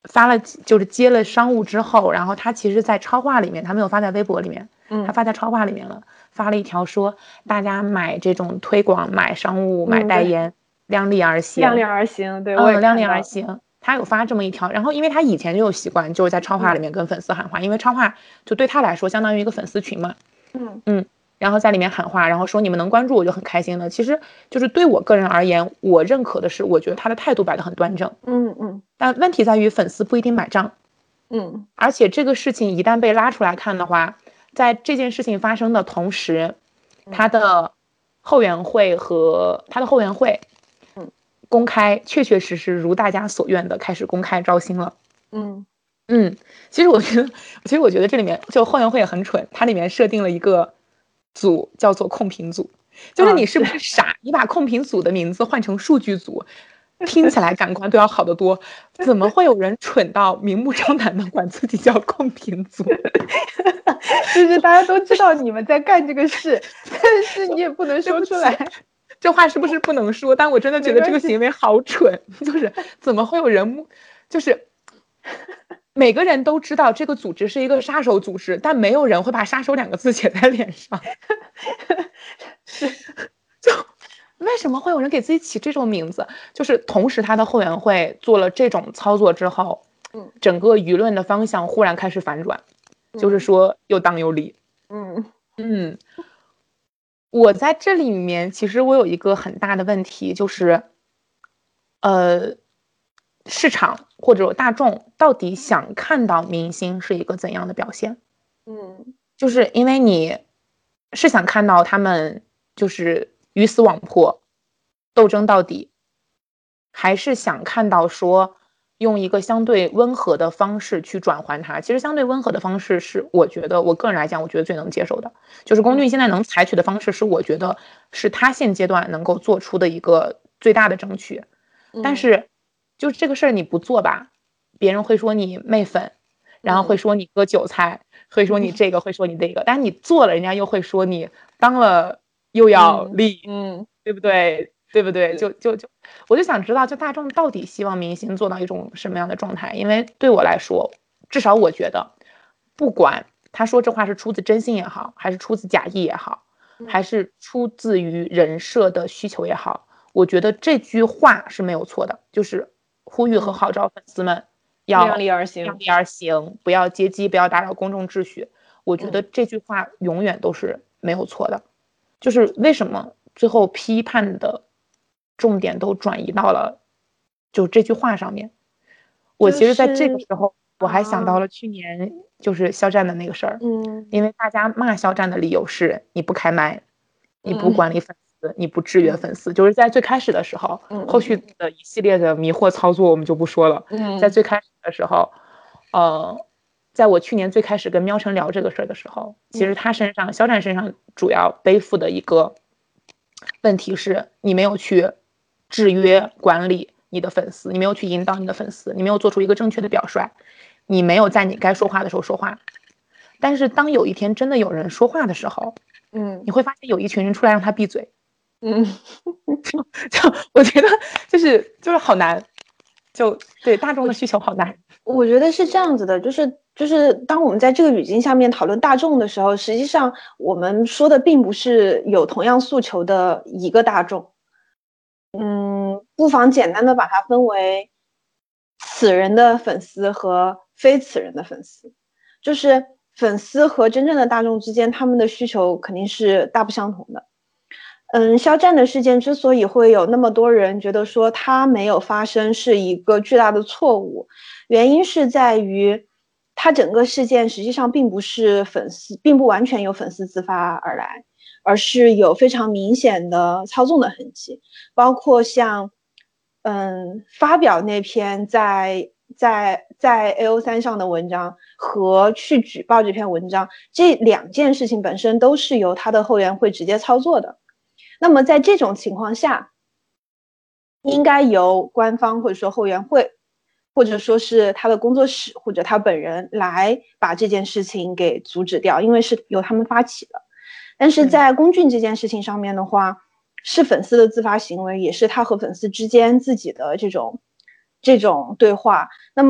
发了就是接了商务之后，然后他其实在超话里面，他没有发在微博里面， 嗯， 他发在超话里面了，发了一条说大家买这种推广、买商务、买代言，嗯、量力而行， 量力而行，对， 嗯， 我也量力而行。他有发这么一条，然后因为他以前就有习惯，就是在超话里面跟粉丝喊话，嗯、因为超话就对他来说相当于一个粉丝群嘛， 嗯嗯。然后在里面喊话，然后说你们能关注我就很开心了。其实就是对我个人而言，我认可的是，我觉得他的态度摆得很端正。 嗯嗯。 但问题在于粉丝不一定买账。 嗯。 而且这个事情一旦被拉出来看的话，在这件事情发生的同时，他的后援会和他的后援会， 嗯， 公开确确实实如大家所愿的开始公开招新了。 嗯嗯，其实我觉得，其实我觉得这里面就后援会也很蠢，它里面设定了一个组叫做控评组，就是你是不是傻？哦、你把控评组的名字换成数据组，听起来感官都要好得多。怎么会有人蠢到明目张胆的管自己叫控评组？ 就是大家都知道你们在干这个事，但是你也不能说出来。 这话是不是不能说？但我真的觉得这个行为好蠢，就是怎么会有人，就是。每个人都知道这个组织是一个杀手组织，但没有人会把杀手两个字写在脸上。 是， 就为什么会有人给自己起这种名字？就是同时他的后援会做了这种操作之后， 嗯， 整个舆论的方向忽然开始反转， 嗯、 就是说又当又立。 嗯嗯，我在这里面其实我有一个很大的问题，就是呃。市场或者大众到底想看到明星是一个怎样的表现？ 嗯， 就是因为你是想看到他们就是鱼死网破、斗争到底，还是想看到说用一个相对温和的方式去转换它？其实相对温和的方式是我觉得我个人来讲，我觉得最能接受的，就是龚俊现在能采取的方式是我觉得是他现阶段能够做出的一个最大的争取，但是。就这个事儿你不做吧，别人会说你媚粉，然后会说你割韭菜，嗯、会说你这个，会说你那个。但是你做了，人家又会说你当了又要立， 嗯，嗯对不对？对不对？就就就，我就想知道，就大众到底希望明星做到一种什么样的状态？因为对我来说，至少我觉得，不管他说这话是出自真心也好，还是出自假意也好，还是出自于人设的需求也好，我觉得这句话是没有错的，就是。呼吁和号召粉丝们要量力而行， 量力而行，不要接机，不要打扰公众秩序。我觉得这句话永远都是没有错的。嗯、就是为什么最后批判的重点都转移到了就这句话上面？我其实在这个时候，我还想到了去年就是肖战的那个事儿。 嗯， 因为大家骂肖战的理由是你不开麦，你不管理粉丝。嗯你不制约粉丝，就是在最开始的时候， 嗯、 后续的一系列的迷惑操作我们就不说了。 嗯、 在最开始的时候，呃，在我去年最开始跟喵晨聊这个事儿的时候，其实他身上，肖战身上主要背负的一个问题是，你没有去制约管理你的粉丝，你没有去引导你的粉丝，你没有做出一个正确的表率，你没有在你该说话的时候说话。但是当有一天真的有人说话的时候， 嗯， 你会发现有一群人出来让他闭嘴。 嗯， 就就我觉得就是就是好难，就对大众的需求好难。 我觉得是这样子的，就是就是当我们在这个语境下面讨论大众的时候，实际上我们说的并不是有同样诉求的一个大众。嗯，不妨简单的把它分为此人的粉丝和非此人的粉丝，就是粉丝和真正的大众之间，他们的需求肯定是大不相同的。嗯，肖战的事件之所以会有那么多人觉得说他没有发生是一个巨大的错误，原因是在于他整个事件实际上并不是粉丝，并不完全由粉丝自发而来，而是有非常明显的操纵的痕迹，包括像嗯发表那篇在在在 A O 三 上的文章和去举报这篇文章，这两件事情本身都是由他的后援会直接操作的。那么在这种情况下，应该由官方或者说后援会，或者说是他的工作室或者他本人来把这件事情给阻止掉，因为是由他们发起的。但是在龚俊这件事情上面的话，嗯、是粉丝的自发行为，也是他和粉丝之间自己的这种这种对话。那么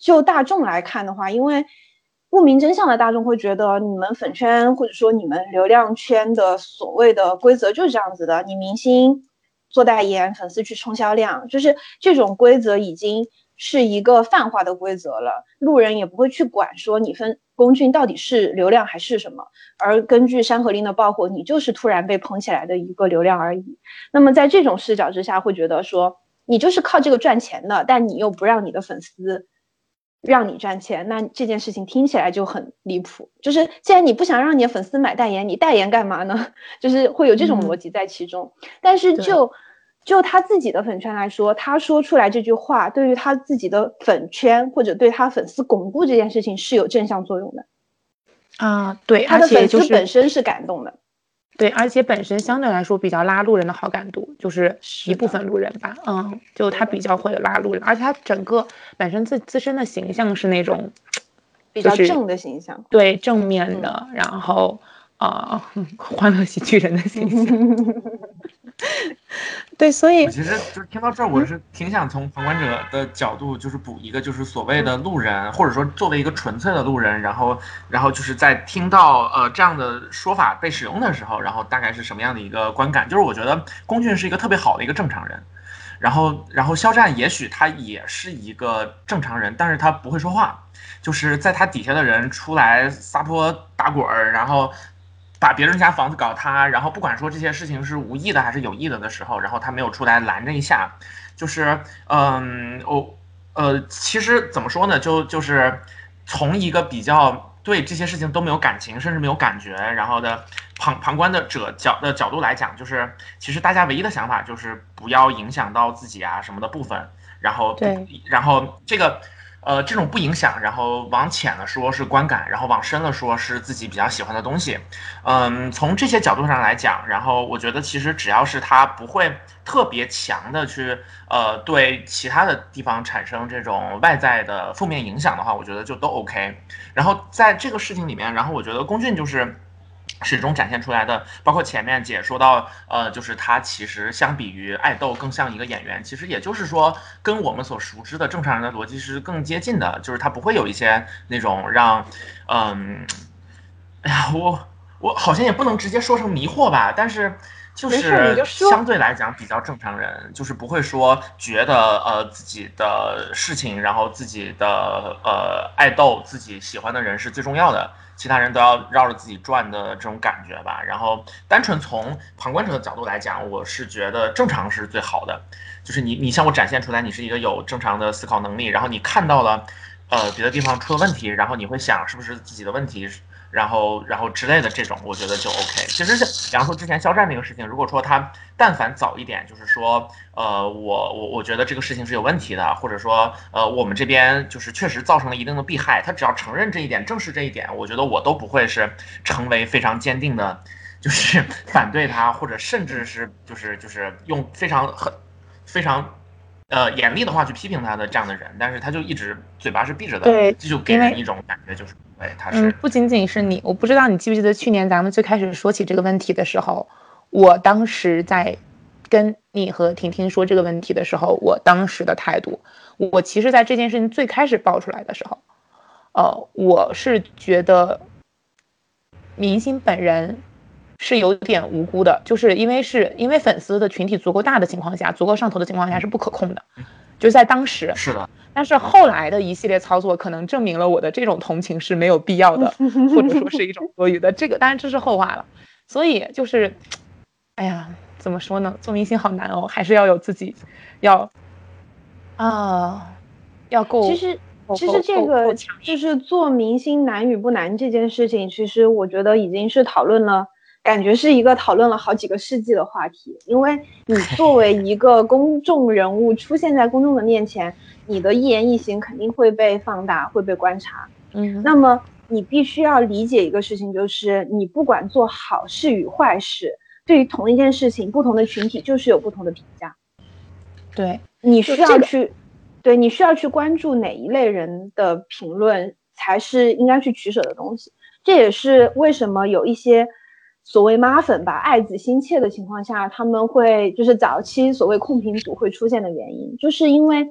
就大众来看的话，因为不明真相的大众会觉得你们粉圈或者说你们流量圈的所谓的规则就是这样子的，你明星做代言，粉丝去冲销量，就是这种规则已经是一个泛化的规则了，路人也不会去管说你分龚俊到底是流量还是什么，而根据山河令的爆火，你就是突然被捧起来的一个流量而已。那么在这种视角之下，会觉得说你就是靠这个赚钱的，但你又不让你的粉丝让你赚钱，那这件事情听起来就很离谱。就是既然你不想让你的粉丝买代言，你代言干嘛呢？就是会有这种逻辑在其中。嗯、但是就就他自己的粉圈来说，他说出来这句话，对于他自己的粉圈或者对他粉丝巩固这件事情是有正向作用的。 啊，对， 他的粉丝就是本身是感动的。 对，而且本身相对来说比较拉路人的好感度，就是一部分路人吧，嗯，就他比较会拉路人，而且他整个本身自自身的形象是那种比较正的形象， 对，正面的，嗯、然后啊、呃，欢乐喜剧人的形象。对，所以我其实就是听到这儿，我是挺想从旁观者的角度，就是补一个，就是所谓的路人，或者说作为一个纯粹的路人，然后，然后就是在听到呃这样的说法被使用的时候，然后大概是什么样的一个观感？就是我觉得龚俊是一个特别好的一个正常人，然后，然后肖战也许他也是一个正常人，但是他不会说话，就是在他底下的人出来撒泼打滚儿，然后把别人家房子搞塌，然后不管说这些事情是无意的还是有意的的时候，然后他没有出来拦着一下，就是嗯，我呃，其实怎么说呢，就就是从一个比较对这些事情都没有感情，甚至没有感觉，然后的旁旁观的者角的角度来讲，就是其实大家唯一的想法就是不要影响到自己啊什么的部分，然后对， 然后这个。呃，这种不影响，然后往浅了说是观感，然后往深了说是自己比较喜欢的东西。嗯，从这些角度上来讲，然后我觉得其实只要是他不会特别强的去呃对其他的地方产生这种外在的负面影响的话，我觉得就都 OK。然后在这个事情里面，然后我觉得龚俊就是始终展现出来的，包括前面姐说到，呃，就是他其实相比于爱豆更像一个演员，其实也就是说跟我们所熟知的正常人的逻辑是更接近的，就是他不会有一些那种让，嗯，哎呀，我我好像也不能直接说成迷惑吧，但是就是相对来讲比较正常人，就是不会说觉得呃自己的事情，然后自己的呃爱豆自己喜欢的人是最重要的。其他人都要绕着自己转的这种感觉吧，然后单纯从旁观者的角度来讲，我是觉得正常是最好的，就是你你向我展现出来你是一个有正常的思考能力，然后你看到了呃别的地方出了问题，然后你会想是不是自己的问题，然后然后之类的这种，我觉得就 OK。其实是比方说之前肖战那个事情，如果说他但凡早一点，就是说呃我我我觉得这个事情是有问题的，或者说呃我们这边就是确实造成了一定的弊害，他只要承认这一点，正视这一点，我觉得我都不会是成为非常坚定的，就是反对他，或者甚至是就是就是用非常很非常呃严厉的话去批评他的这样的人，但是他就一直嘴巴是闭着的， 对， 这就给人一种感觉就是。对，他是嗯，不仅仅是你，我不知道你记不记得去年咱们最开始说起这个问题的时候，我当时在跟你和婷婷说这个问题的时候，我当时的态度，我其实在这件事情最开始爆出来的时候，呃，我是觉得明星本人是有点无辜的，就是因为是因为粉丝的群体足够大的情况下，足够上头的情况下是不可控的，就是在当时是的。 但是后来的一系列操作可能证明了我的这种同情是没有必要的，或者说是一种多余的，这个当然这是后话了。所以就是哎呀怎么说呢，做明星好难哦，还是要有自己要啊要够。 其实其实这个就是做明星难与不难这件事情，其实我觉得已经是讨论了，感觉是一个讨论了好几个世纪的话题。因为你作为一个公众人物出现在公众的面前，你的一言一行肯定会被放大，会被观察。 嗯， 那么你必须要理解一个事情，就是你不管做好事与坏事，对于同一件事情，不同的群体就是有不同的评价。 对， 你需要去，对，你需要去关注哪一类人的评论才是应该去取舍的东西。这也是为什么有一些所谓妈粉吧，爱子心切的情况下，他们会就是早期所谓控评组会出现的原因，就是因为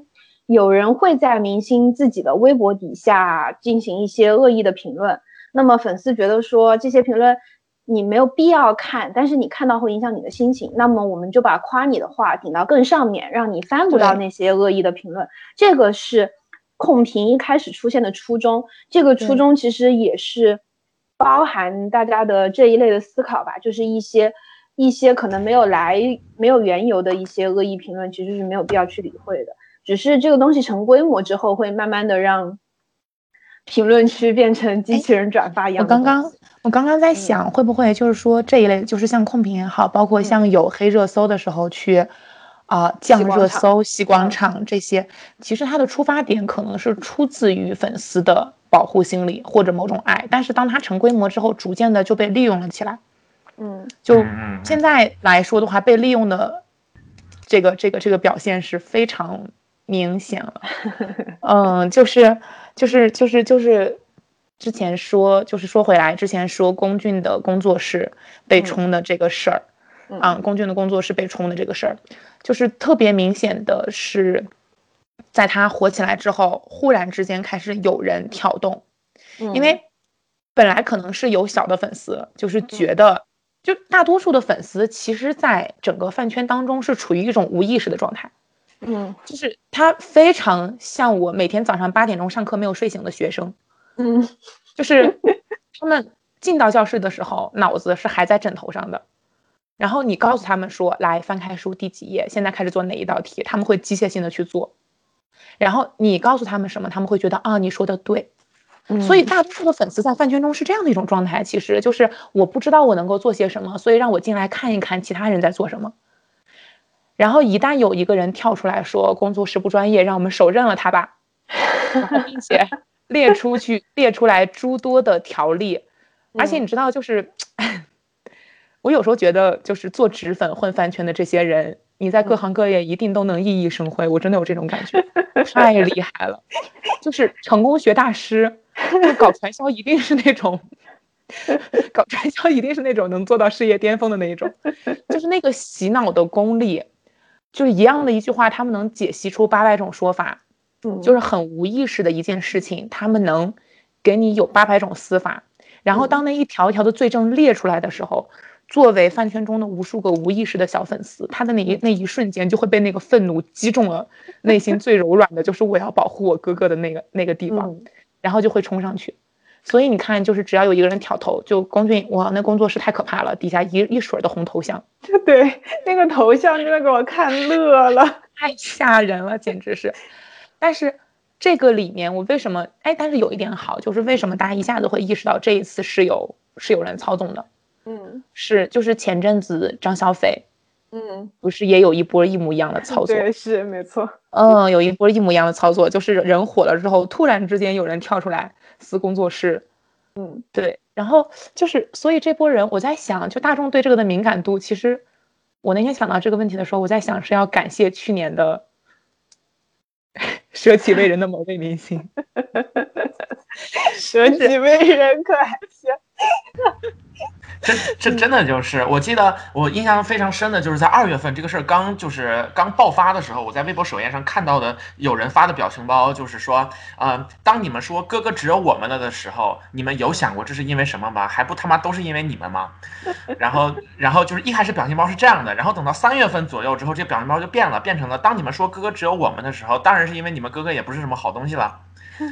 有人会在明星自己的微博底下进行一些恶意的评论，那么粉丝觉得说这些评论你没有必要看，但是你看到会影响你的心情，那么我们就把夸你的话顶到更上面，让你翻不到那些恶意的评论。这个是控评一开始出现的初衷，这个初衷其实也是包含大家的这一类的思考吧，就是一些一些可能没有来没有缘由的一些恶意评论其实是没有必要去理会的，只是这个东西成规模之后会慢慢的让评论区变成机器人转发一样的。 我刚刚我刚刚在想、嗯、会不会就是说这一类就是像控评也好，包括像有黑热搜的时候去啊、呃、降热搜洗广场这些、嗯、其实它的出发点可能是出自于粉丝的保护心理或者某种爱，但是当它成规模之后逐渐的就被利用了起来。 嗯， 就现在来说的话，被利用的这个这个这个表现是非常明显了。嗯，就是就是就是就是之前说就是说回来之前说龚俊的工作室被冲的这个事儿， 嗯， 啊，龚俊的工作室被冲的这个事儿，就是特别明显的是，在他火起来之后，忽然之间开始有人挑动，因为本来可能是有小的粉丝，就是觉得。就大多数的粉丝其实在整个饭圈当中是处于一种无意识的状态， 嗯， 就是他非常像我每天早上八点钟上课没有睡醒的学生， 嗯， 就是他们进到教室的时候脑子是还在枕头上的，然后你告诉他们说来翻开书第几页，现在开始做哪一道题，他们会机械性的去做，然后你告诉他们什么，他们会觉得啊你说的对。所以大多数的粉丝在饭圈中是这样的一种状态，其实就是我不知道我能够做些什么，所以让我进来看一看其他人在做什么。然后一旦有一个人跳出来说工作室不专业，让我们手刃了他吧，然后并且列出去列出来诸多的条例，而且你知道就是我有时候觉得就是做纸粉混饭圈的这些人，你在各行各业一定都能熠熠生辉，我真的有这种感觉，太厉害了，就是成功学大师。就搞传销一定是那种搞传销一定是那种能做到事业巅峰的那一种，就是那个洗脑的功力，就是一样的一句话他们能解析出八百种说法，就是很无意识的一件事情，他们能给你有八百种思法，然后当那一条一条的罪证列出来的时候，作为饭圈中的无数个无意识的小粉丝，他的那一那一瞬间就会被那个愤怒击中了内心最柔软的就是我要保护我哥哥的那个那个地方，然后就会冲上去。所以你看，就是只要有一个人挑头，就龚俊，哇，那工作室太可怕了，底下一一水的红头像， 对，那个头像真的给我看乐了， 太吓人了，简直是。但是这个里面我为什么，哎，但是有一点好，就是为什么大家一下子会意识到这一次是有是有人操纵的， 嗯， 是就是前阵子张小斐， 嗯， 不是也有一波一模一样的操作， 对，是没错， 嗯，有一波一模一样的操作，就是人火了之后，突然之间有人跳出来撕工作室， 嗯， 对，然后就是所以这波人，我在想，就大众对这个的敏感度，其实我那天想到这个问题的时候，我在想是要感谢去年的舍己为人的某位明星， 舍己为人可还行。 这这真的就是，我记得我印象非常深的就是在二月份这个事儿刚就是刚爆发的时候，我在微博首页上看到的有人发的表情包，就是说，呃，当你们说哥哥只有我们了的时候，你们有想过这是因为什么吗？还不他妈都是因为你们吗？然后然后就是一开始表情包是这样的，然后等到三月份左右之后，这表情包就变了，变成了当你们说哥哥只有我们的时候，当然是因为你们哥哥也不是什么好东西了。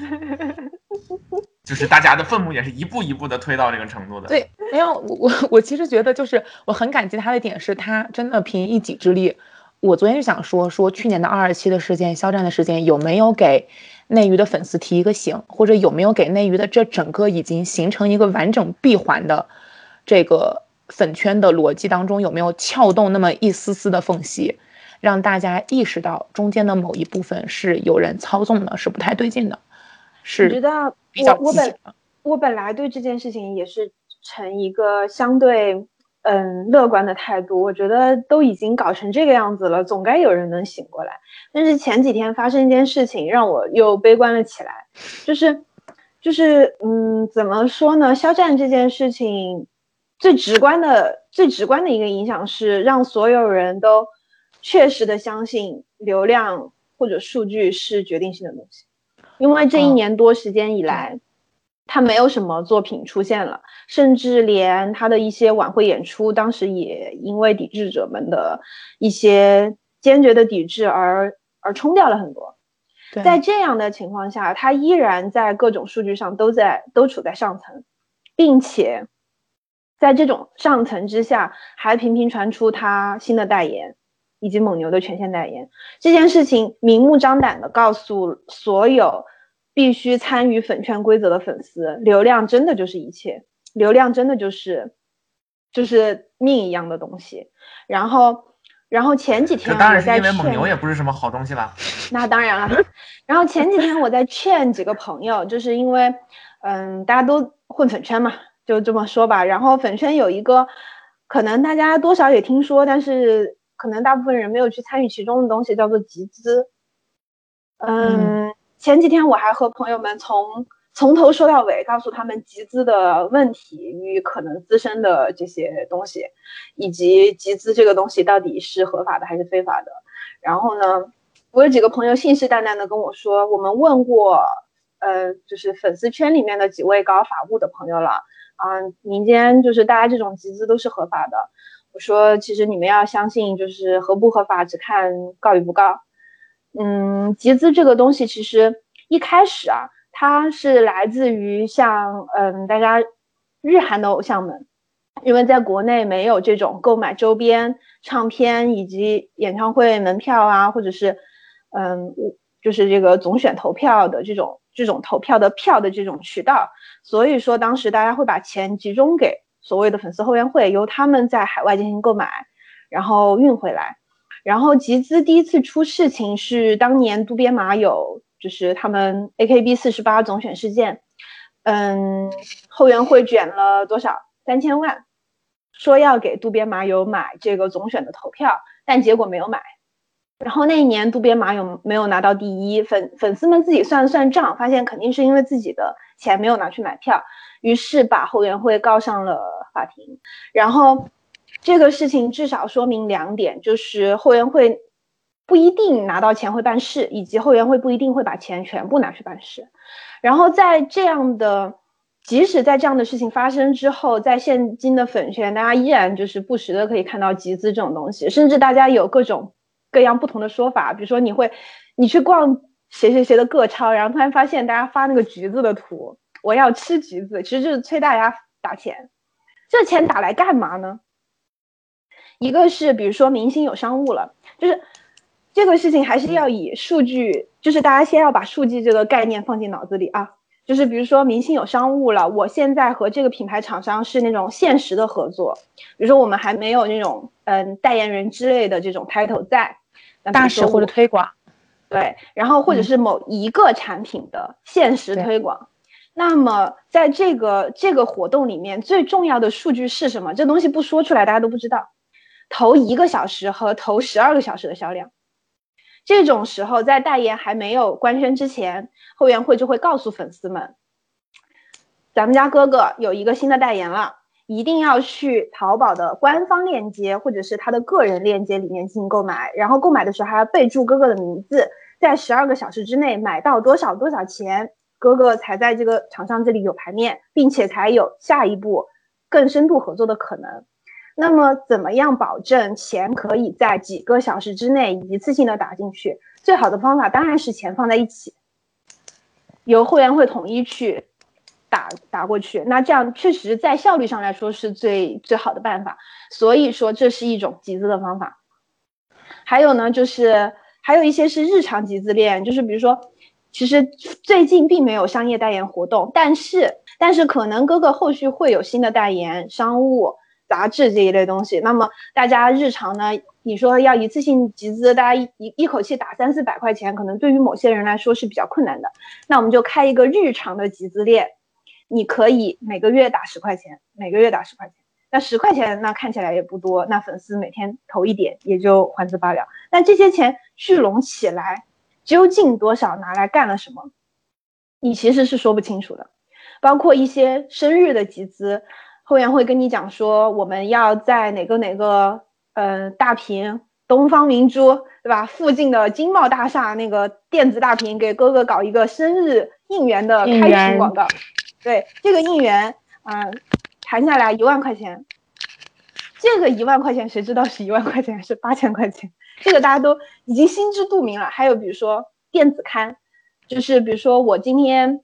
就是大家的愤怒也是一步一步的推到这个程度的。 对，没有我我我其实觉得就是我很感激他的点是他真的凭一己之力。我昨天就想说说去年的二二七的事件，肖战的事件有没有给内娱的粉丝提一个醒，或者有没有给内娱的这整个已经形成一个完整闭环的这个粉圈的逻辑当中有没有撬动那么一丝丝的缝隙，让大家意识到中间的某一部分是有人操纵的，是不太对劲的。是你知道我我本我本来对这件事情也是呈一个相对嗯乐观的态度，我觉得都已经搞成这个样子了，总该有人能醒过来。但是前几天发生一件事情让我又悲观了起来，就是就是嗯怎么说呢，肖战这件事情最直观的最直观的一个影响是让所有人都确实的相信流量或者数据是决定性的东西，因为这一年多时间以来，他没有什么作品出现了，甚至连他的一些晚会演出，当时也因为抵制者们的一些坚决的抵制而而冲掉了很多。在这样的情况下，他依然在各种数据上都在都处在上层，并且在这种上层之下，还频频传出他新的代言以及蒙牛的全线代言。这件事情明目张胆的告诉所有必须参与粉圈规则的粉丝，流量真的就是一切，流量真的就是就是命一样的东西。然后然后前几天这当然是因为蒙牛也不是什么好东西了。 那当然了。然后前几天我在劝几个朋友，就是因为嗯大家都混粉圈嘛，就这么说吧。然后粉圈有一个可能大家多少也听说，但是可能大部分人没有去参与其中的东西，叫做集资。嗯。嗯前几天我还和朋友们从从头说到尾，告诉他们集资的问题与可能滋生的这些东西，以及集资这个东西到底是合法的还是非法的。然后呢，我有几个朋友信誓旦旦的跟我说，我们问过呃，就是粉丝圈里面的几位搞法务的朋友了啊、呃，民间就是大家这种集资都是合法的。我说其实你们要相信，就是合不合法只看告与不告。嗯，集资这个东西其实一开始啊，它是来自于像嗯大家日韩的偶像们，因为在国内没有这种购买周边唱片以及演唱会门票啊，或者是嗯就是这个总选投票的这种这种投票的票的这种渠道，所以说当时大家会把钱集中给所谓的粉丝后援会，由他们在海外进行购买，然后运回来。然后集资第一次出事情是当年渡边麻友，就是他们 A K B 四十八总选事件，嗯，后援会卷了多少三千万，说要给渡边麻友买这个总选的投票，但结果没有买。然后那一年渡边麻友没有拿到第一，粉粉丝们自己算了算账，发现肯定是因为自己的钱没有拿去买票，于是把后援会告上了法庭。然后这个事情至少说明两点，就是后援会不一定拿到钱会办事，以及后援会不一定会把钱全部拿去办事。然后在这样的即使在这样的事情发生之后，在现今的粉圈大家依然就是不时的可以看到集资这种东西，甚至大家有各种各样不同的说法。比如说你会你去逛谁谁谁的个超，然后突然发现大家发那个橘子的图，我要吃橘子，其实就是催大家打钱。这钱打来干嘛呢？一个是比如说明星有商务了，就是这个事情还是要以数据，就是大家先要把数据这个概念放进脑子里啊。就是比如说明星有商务了，我现在和这个品牌厂商是那种现实的合作，比如说我们还没有那种嗯代言人之类的这种 title 在， 大使或者推广， 对，然后或者是某一个产品的现实推广。嗯，那么在这个这个活动里面最重要的数据是什么？这东西不说出来大家都不知道。头一个小时和头十二个小时的销量，这种时候在代言还没有官宣之前，后援会就会告诉粉丝们，咱们家哥哥有一个新的代言了，一定要去淘宝的官方链接或者是他的个人链接里面进行购买，然后购买的时候还要备注哥哥的名字，在十二个小时之内买到多少多少钱，哥哥才在这个厂商这里有牌面，并且才有下一步更深度合作的可能。那么怎么样保证钱可以在几个小时之内一次性的打进去？最好的方法当然是钱放在一起，由会员会统一去打打过去，那这样确实在效率上来说是最最好的办法。所以说这是一种集资的方法。还有呢，就是还有一些是日常集资链，就是比如说其实最近并没有商业代言活动，但是但是可能哥哥后续会有新的代言商务杂志这一类东西，那么大家日常呢，你说要一次性集资，大家一一一口气打三四百块钱，可能对于某些人来说是比较困难的。那我们就开一个日常的集资链，你可以每个月打十块钱，每个月打十块钱。那十块钱那看起来也不多，那粉丝每天投一点也就还之罢了。但这些钱聚拢起来，究竟多少拿来干了什么，你其实是说不清楚的。包括一些生日的集资。后援会跟你讲说，我们要在哪个哪个呃大屏东方明珠，对吧？附近的金茂大厦那个电子大屏给哥哥搞一个生日应援的开屏广告，对，这个应援，嗯、呃，谈下来一万块钱。这个一万块钱谁知道是一万块钱还是八千块钱？这个大家都已经心知肚明了。还有比如说电子刊，就是比如说我今天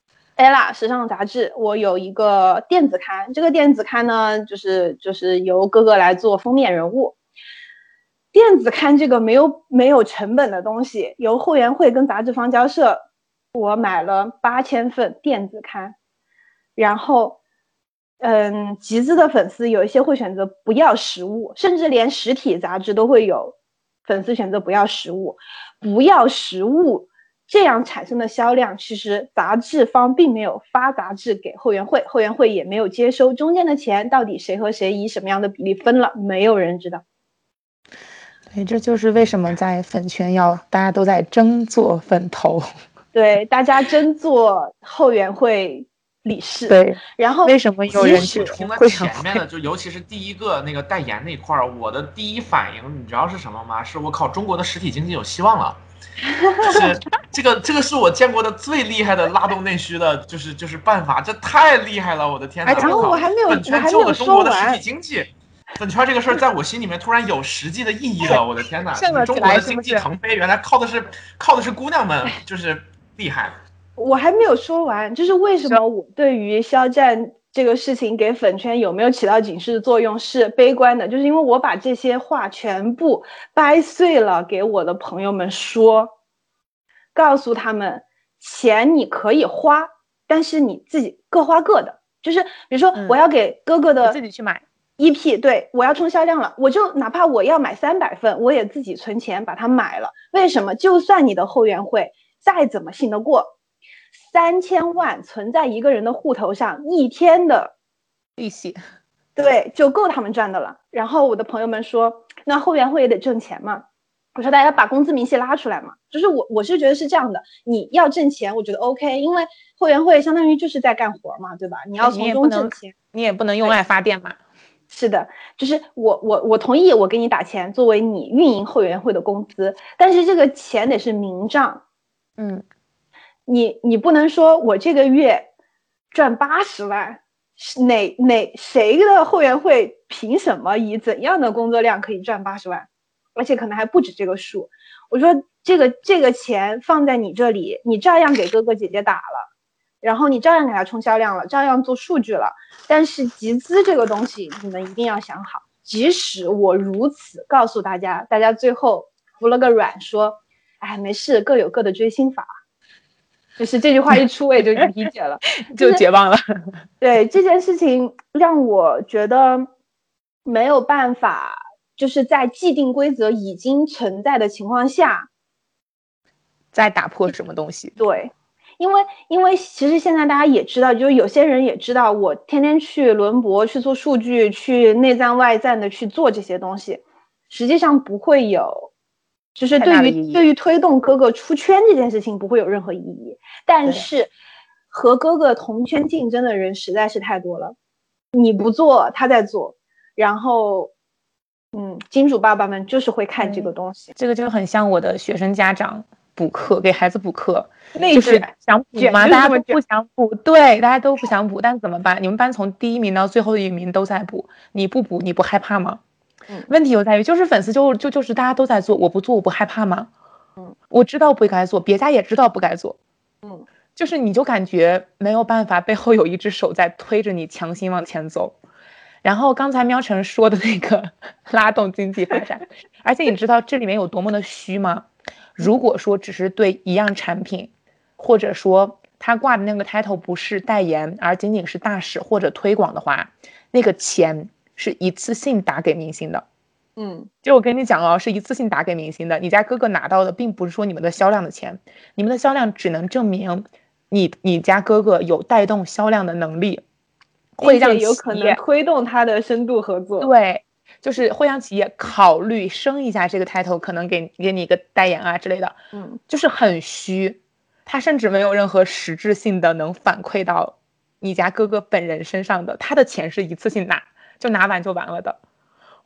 Ella 时尚杂志，我有一个电子刊，这个电子刊呢，就是就是由哥哥来做封面人物。电子刊这个没有没有成本的东西，由后援会跟杂志方交涉，我买了八千份电子刊，然后。嗯，集资的粉丝有一些会选择不要实物，甚至连实体杂志都会有粉丝选择不要实物。不要实物这样产生的销量，其实杂志方并没有发杂志给后援会，后援会也没有接收中间的钱，到底谁和谁以什么样的比例分了，没有人知道。 对，这就是为什么在粉圈要大家都在争做粉头。 对，大家争做后援会理事。 对， 然后为什么有人去听了前面的，就尤其是第一个那个代言那块儿，我的第一反应你知道是什么吗？是我靠，中国的实体经济有希望了。就是这个这个是我见过的最厉害的拉动内需的，就是就是办法，这太厉害了，我的天哪！ 然后我还没有粉圈救了中国的实体经济。粉圈这个事儿在我心里面突然有实际的意义了，我的天哪！中国的经济腾飞原来靠的是靠的是姑娘们，就是厉害。 我还没有说完，就是为什么我对于肖战这个事情给粉圈有没有起到警示作用是悲观的，就是因为我把这些话全部掰碎了给我的朋友们说，告诉他们钱你可以花，但是你自己各花各的，就是比如说我要给哥哥的自己去买 E P， 对，我要冲销量了，我就哪怕我要买三百份，我也自己存钱把它买了。为什么？就算你的后援会再怎么信得过，三千万存在一个人的户头上，一天的利息， 对，就够他们赚的了。然后我的朋友们说，那后援会也得挣钱嘛。我说大家把工资明细拉出来嘛。就是我我是觉得是这样的，你要挣钱，我觉得 OK， 因为后援会相当于就是在干活嘛，对吧？你要从中挣钱， 你也不能用爱发电嘛。 是的，就是我我我同意，我给你打钱作为你运营后援会的工资，但是这个钱得是明账。 嗯。 你你不能说我这个月赚八十万，哪哪谁的后援会凭什么以怎样的工作量可以赚八十万，而且可能还不止这个数。我说这个这个钱放在你这里，你照样给哥哥姐姐打了，然后你照样给他冲销量了，照样做数据了。但是集资这个东西，你们一定要想好，即使我如此告诉大家，大家最后服了个软，说，哎，没事，各有各的追星法。就是这句话一出，我也就理解了， 就绝望了。 对这件事情，让我觉得没有办法，就是在既定规则已经存在的情况下， 再打破什么东西。 对，因为因为其实现在大家也知道，就是有些人也知道，我天天去轮博去做数据，去内赞外赞的去做这些东西，实际上不会有。就是对于对于推动哥哥出圈这件事情不会有任何意义，但是和哥哥同圈竞争的人实在是太多了，你不做他在做，然后嗯，金主爸爸们就是会看这个东西， 这个就很像我的学生家长补课，给孩子补课， 那就是想补吗？大家都不想补，对，大家都不想补，但怎么办？你们班从第一名到最后一名都在补，你不补你不害怕吗？ 嗯， 问题就在于，就是粉丝就就就是大家都在做，我不做我不害怕吗？ 嗯， 我知道不该做，别家也知道不该做， 嗯， 就是你就感觉没有办法，背后有一只手在推着你强行往前走。然后刚才喵晨说的那个拉动经济发展，而且你知道这里面有多么的虚吗？如果说只是对一样产品，或者说他挂的那个 title 不是代言，而仅仅是大使或者推广的话，那个钱是一次性打给明星的。 嗯， 就我跟你讲哦，是一次性打给明星的。你家哥哥拿到的并不是说你们的销量的钱，你们的销量只能证明你你家哥哥有带动销量的能力，会让有可能推动他的深度合作。 对，就是会让企业考虑升一下这个 title， 可能给给你一个代言啊之类的。 嗯， 就是很虚，他甚至没有任何实质性的能反馈到你家哥哥本人身上的，他的钱是一次性拿，就拿完就完了的。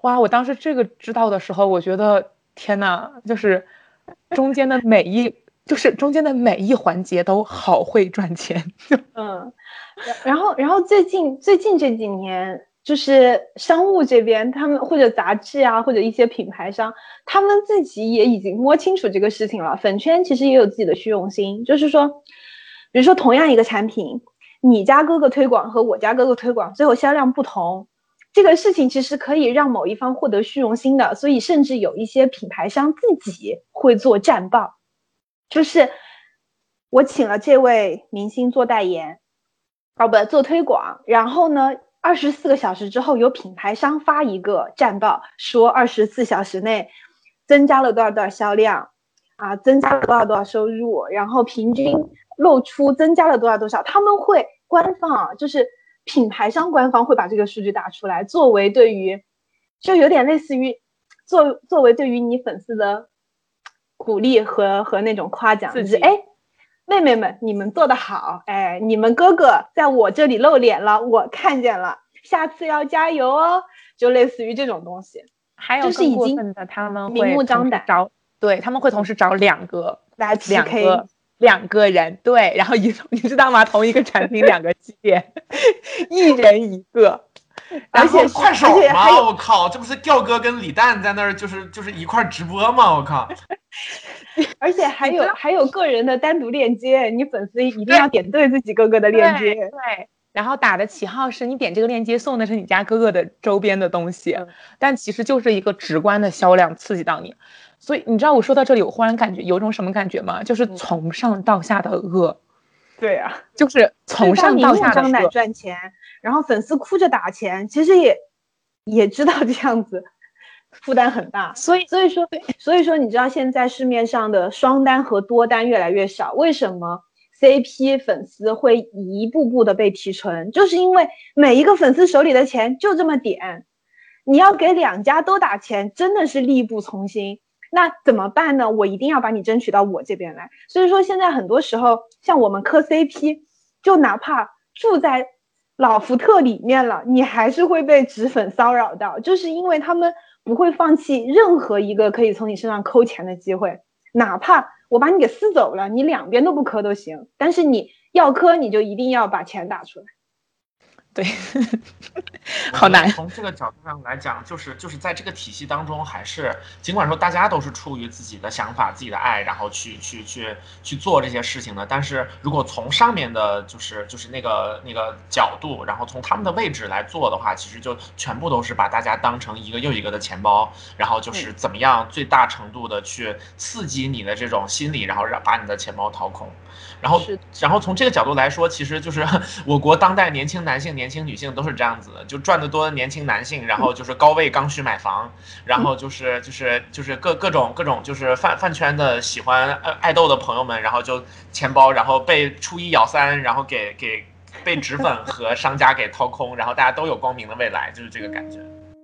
哇，我当时这个知道的时候，我觉得天哪，就是中间的每一，就是中间的每一环节都好会赚钱。 嗯，然后然后最近最近这几年，就是商务这边，他们或者杂志啊，或者一些品牌商，他们自己也已经摸清楚这个事情了。粉圈其实也有自己的虚荣心，就是说，比如说同样一个产品，你家哥哥推广和我家哥哥推广，最后销量不同。这个事情其实可以让某一方获得虚荣心的，所以甚至有一些品牌商自己会做战报，就是我请了这位明星做代言，哦不做推广，然后呢二十四个小时之后有品牌商发一个战报，说二十四小时内增加了多少多少销量啊，增加了多少多少收入，然后平均露出增加了多少多少，他们会官方就是品牌商官方会把这个数据打出来，作为对于就有点类似于作作为对于你粉丝的鼓励和和那种夸奖，就是哎妹妹们你们做得好，哎你们哥哥在我这里露脸了，我看见了，下次要加油哦，就类似于这种东西。 还有更过分的，他们会明目张胆找，对他们会同时找两个来 P K 两个两个人，对，然后一你知道吗？同一个产品两个系列，一人一个， 而且快手吗？我靠，这不是调哥跟李诞在那儿就是就是一块直播吗？我靠！ 而且还有还有个人的单独链接，你粉丝一定要点对自己哥哥的链接， 对。对，然后打的旗号是你点这个链接送的是你家哥哥的周边的东西，嗯、但其实就是一个直观的销量刺激到你。所以你知道我说到这里，我忽然感觉有种什么感觉吗？就是从上到下的恶。 对啊， 就是从上到下的明目张胆赚钱，然后粉丝哭着打钱，其实也也知道这样子负担很大。 所以所以说所以说你知道现在市面上的双单和多单越来越少，为什么 C P 粉丝会一步步的被提纯？就是因为每一个粉丝手里的钱就这么点，你要给两家都打钱，真的是力不从心。那怎么办呢？我一定要把你争取到我这边来。所以说现在很多时候像我们磕 C P， 就哪怕住在老福特里面了，你还是会被纸粉骚扰到，就是因为他们不会放弃任何一个可以从你身上抠钱的机会，哪怕我把你给撕走了，你两边都不磕都行，但是你要磕你就一定要把钱打出来。 对，好难。 从这个角度上来讲，就是就是在这个体系当中，还是尽管说大家都是出于自己的想法、自己的爱，然后去去去去做这些事情的，但是如果从上面的，就是就是那个那个角度，然后从他们的位置来做的话，其实就全部都是把大家当成一个又一个的钱包，然后就是怎么样最大程度的去刺激你的这种心理，然后让把你的钱包掏空。然后，然后从这个角度来说，其实就是我国当代年轻男性、年轻女性都是这样子的，就赚得多的年轻男性，然后就是高位刚需买房，然后就是就是就是各各种各种就是饭饭圈的喜欢爱豆的朋友们，然后就钱包，然后被初一咬三，然后给给被纸粉和商家给掏空，然后大家都有光明的未来，就是这个感觉。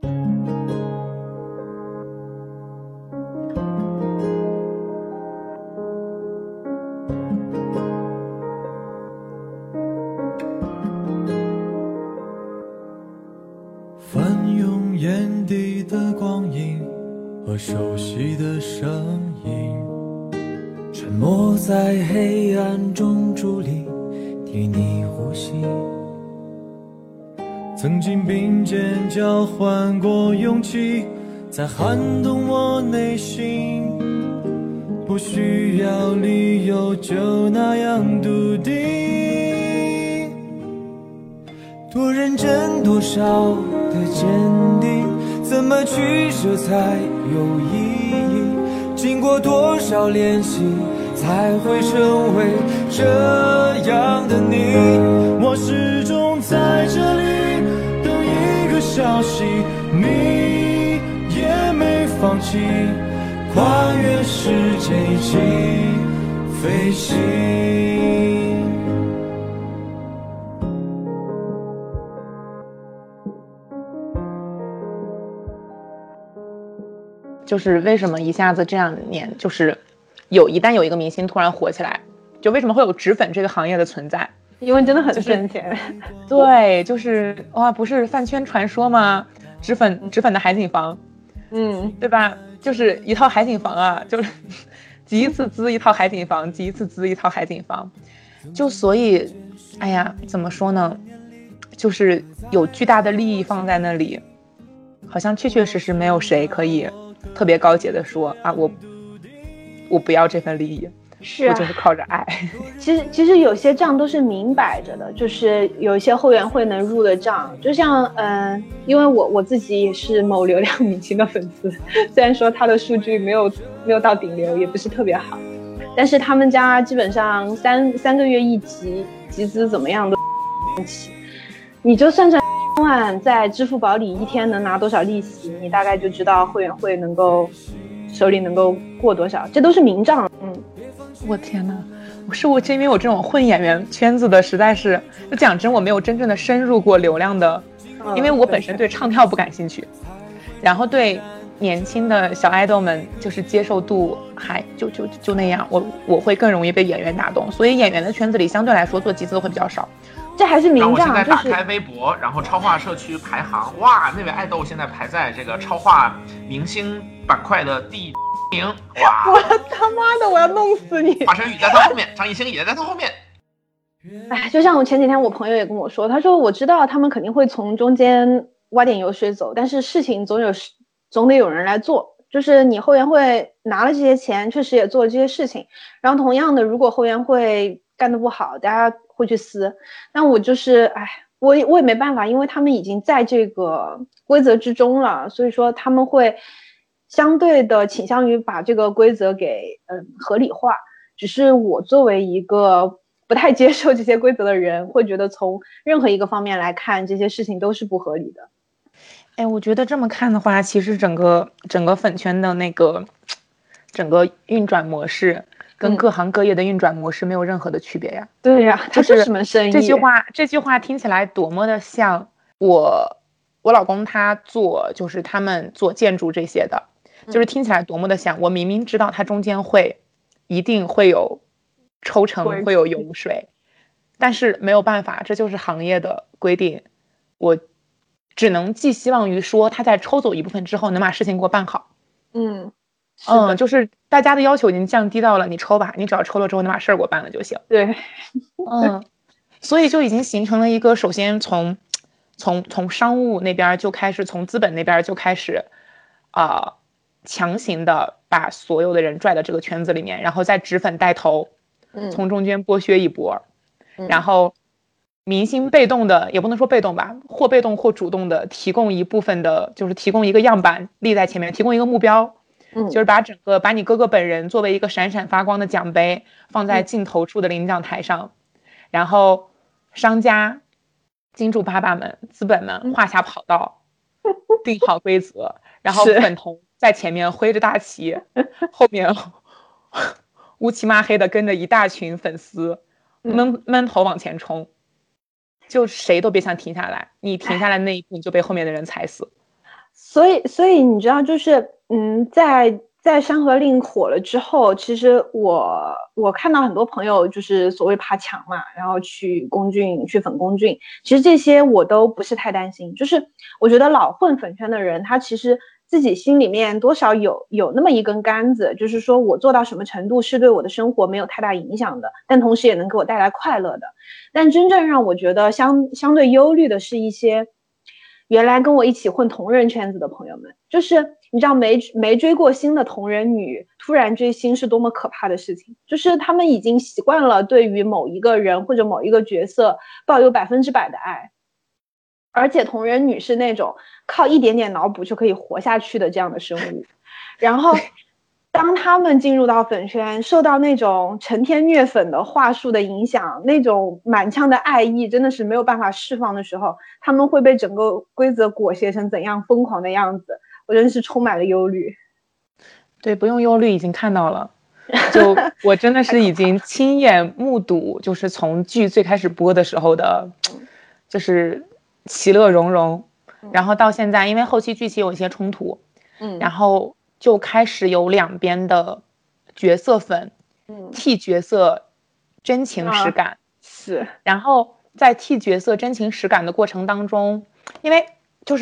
和熟悉的声音，沉默在黑暗中伫立，替你呼吸。曾经并肩交换过勇气，在撼动我内心，不需要理由就那样笃定。多认真，多少的坚定，怎么取舍才有意义？经过多少练习，才会成为这样的你？我始终在这里等一个消息，你也没放弃，跨越世界一起飞行。 就是为什么一下子这两年，就是有一旦有一个明星突然火起来，就为什么会有纸粉这个行业的存在？ 因为真的很挣钱。 对，就是哇，不是饭圈传说吗？ 脂粉脂粉的海景房， 嗯， 对吧？就是一套海景房啊，就是集一次资一套海景房，集一次资一套海景房，就所以，哎呀，怎么说呢？就是有巨大的利益放在那里，好像确确实实没有谁可以特别高洁的说啊，我我不要这份利益。 是、啊， 我就是靠着爱。 其实其实有些账都是明摆着的，就是有一些后援会能入的账，就像嗯、呃，因为我我自己也是某流量明星的粉丝，虽然说他的数据没有没有到顶流，也不是特别好，但是他们家基本上三三个月一集，集资怎么样都起，你就算算万在支付宝里一天能拿多少利息，你大概就知道后援会能够手里能够过多少，这都是明账。嗯。 我天哪！我是我这边有这种混演员圈子的，实在是就讲真，我没有真正的深入过流量的， 嗯、 因为我本身对唱跳不感兴趣，然后对年轻的小爱豆们就是接受度还就就就那样，我我会更容易被演员打动，所以演员的圈子里相对来说做集资的会比较少。 这还是明账。 然后我现在打开微博，就是、然后超话社区排行，哇，那位爱豆现在排在这个超话明星板块的第。哇！ 我他妈的，我要弄死你！ 华晨宇在他后面，张艺兴也在他后面。 哎，就像我前几天我朋友也跟我说，他说我知道他们肯定会从中间挖点油水走，但是事情总有总得有人来做。就是你后援会拿了这些钱，确实也做了这些事情。然后同样的，如果后援会干得不好，大家会去撕。那我就是哎，我我也没办法，因为他们已经在这个规则之中了，所以说他们会。相对的倾向于把这个规则给嗯合理化，只是我作为一个不太接受这些规则的人，会觉得从任何一个方面来看，这些事情都是不合理的。 哎，我觉得这么看的话，其实整个整个粉圈的那个整个运转模式跟各行各业的运转模式没有任何的区别呀。 嗯、对呀，它是什么生意？ 这句话这句话听起来多么的像我我老公他做就是他们做建筑这些的。就是听起来多么的像，我明明知道它中间会一定会有抽成，会有油水，但是没有办法，这就是行业的规定，我只能寄希望于说他在抽走一部分之后能把事情给我办好。 嗯嗯，就是大家的要求已经降低到了，你抽吧，你只要抽了之后能把事儿给我办了就行。 对， 嗯，所以就已经形成了一个，首先从从从商务那边就开始，从资本那边就开始啊。呃强行的把所有的人拽到这个圈子里面，然后再脂粉带头，从中间剥削一波， 嗯、 然后明星被动的，也不能说被动吧，或被动或主动的提供一部分的，就是提供一个样板立在前面，提供一个目标， 嗯， 就是把整个把你哥哥本人作为一个闪闪发光的奖杯放在镜头处的领奖台上，嗯、然后商家、金主爸爸们、资本们画下跑道，嗯、定好规则，然后粉红。在前面挥着大旗，后面乌漆嘛黑的跟着一大群粉丝闷闷头往前冲，就谁都别想停下来，你停下来那一步你就被后面的人踩死。 所以所以你知道就是嗯在在山河令火了之后，其实我我看到很多朋友就是所谓爬墙嘛，然后去龚俊去粉龚俊，其实这些我都不是太担心，就是我觉得老混粉圈的人他其实自己心里面多少有有那么一根杆子，就是说我做到什么程度是对我的生活没有太大影响的，但同时也能给我带来快乐的。但真正让我觉得相相对忧虑的是一些原来跟我一起混同人圈子的朋友们，就是你知道没没追过星的同人女突然追星是多么可怕的事情，就是他们已经习惯了对于某一个人或者某一个角色抱有百分之百的爱，而且同人女是那种靠一点点脑补就可以活下去的这样的生物，然后当他们进入到粉圈，受到那种成天虐粉的话术的影响，那种满腔的爱意真的是没有办法释放的时候，他们会被整个规则裹挟成怎样疯狂的样子，我真是充满了忧虑。 对，不用忧虑，已经看到了，就我真的是已经亲眼目睹，就是从剧最开始播的时候的就是其乐融融，然后到现在因为后期剧情有一些冲突，嗯，然后就开始有两边的角色粉，嗯，替角色真情实感， 啊、是， 然后在替角色真情实感的过程当中，因为就是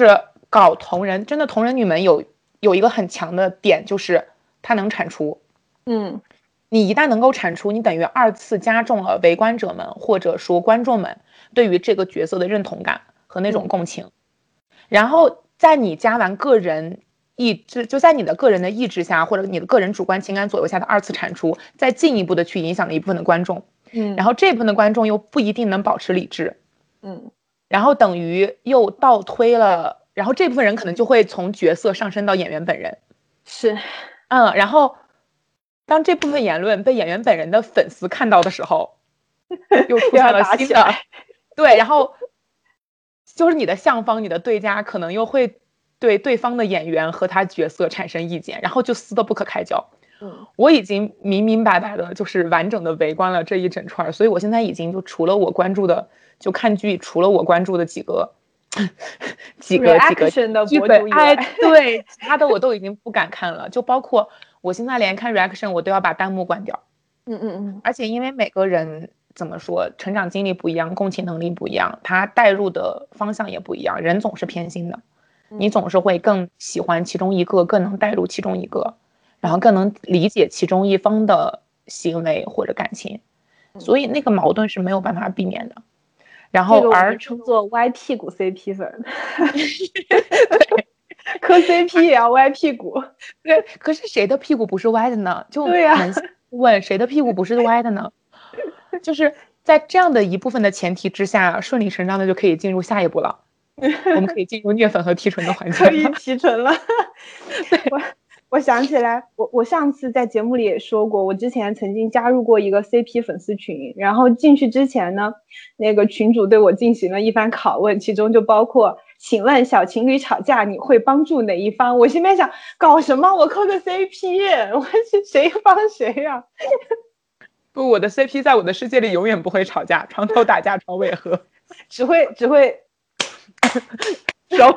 搞同人，真的同人女们有有一个很强的点，就是她能产出。 嗯， 你一旦能够产出，你等于二次加重了围观者们或者说观众们对于这个角色的认同感和那种共情。嗯、然后在你加完个人意志，就在你的个人的意志下，或者你的个人主观情感左右下的二次产出，再进一步的去影响了一部分的观众。 嗯， 然后这部分的观众又不一定能保持理智。 嗯， 然后等于又倒推了，然后这部分人可能就会从角色上升到演员本人。 是， 嗯，然后当这部分言论被演员本人的粉丝看到的时候，又出现了新的，对，然后就是你的向方，你的对家可能又会对对方的演员和他角色产生意见，然后就撕得不可开交。 嗯， 我已经明明白白的，就是完整的围观了这一整串，所以我现在已经就除了我关注的，就看剧，除了我关注的几个几个几个剧本以外， 哎，对，其他的我都已经不敢看了，就包括我现在连看 reaction 我都要把弹幕关掉。 嗯嗯嗯， 而且因为每个人怎么说，成长经历不一样，共情能力不一样，他带入的方向也不一样，人总是偏心的，你总是会更喜欢其中一个，更能带入其中一个，然后更能理解其中一方的行为或者感情，所以那个矛盾是没有办法避免的。然后而称作歪屁股 C P 粉，对，磕 C P 也要歪屁股。 对，可是谁的屁股不是歪的呢？就对呀、 啊，问谁的屁股不是歪的呢？就是在这样的一部分的前提之下，顺理成章的就可以进入下一步了。我们可以进入虐粉和提纯的环节了。 可以提纯了。我我想起来，我我上次在节目里也说过，我之前曾经加入过一个 C P 粉丝群，然后进去之前呢，那个群主对我进行了一番拷问，其中就包括，请问小情侣吵架你会帮助哪一方？我心里面想，搞什么？我磕个 C P， 我是谁帮谁呀、啊？ 不，我的 C P 在我的世界里永远不会吵架，床头打架床尾和， 只会只会手。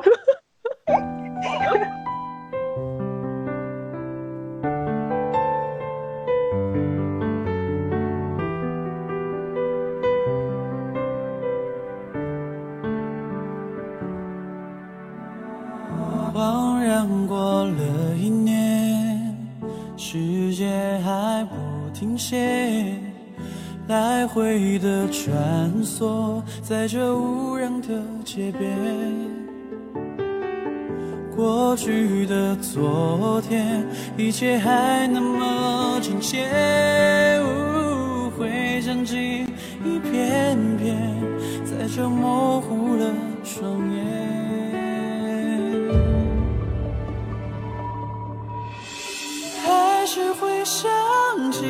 恍然过了一年，世界还不停歇，来回的穿梭在这无人的街边，过去的昨天一切还那么亲切，回想起一片片在这模糊了双眼，还是会想起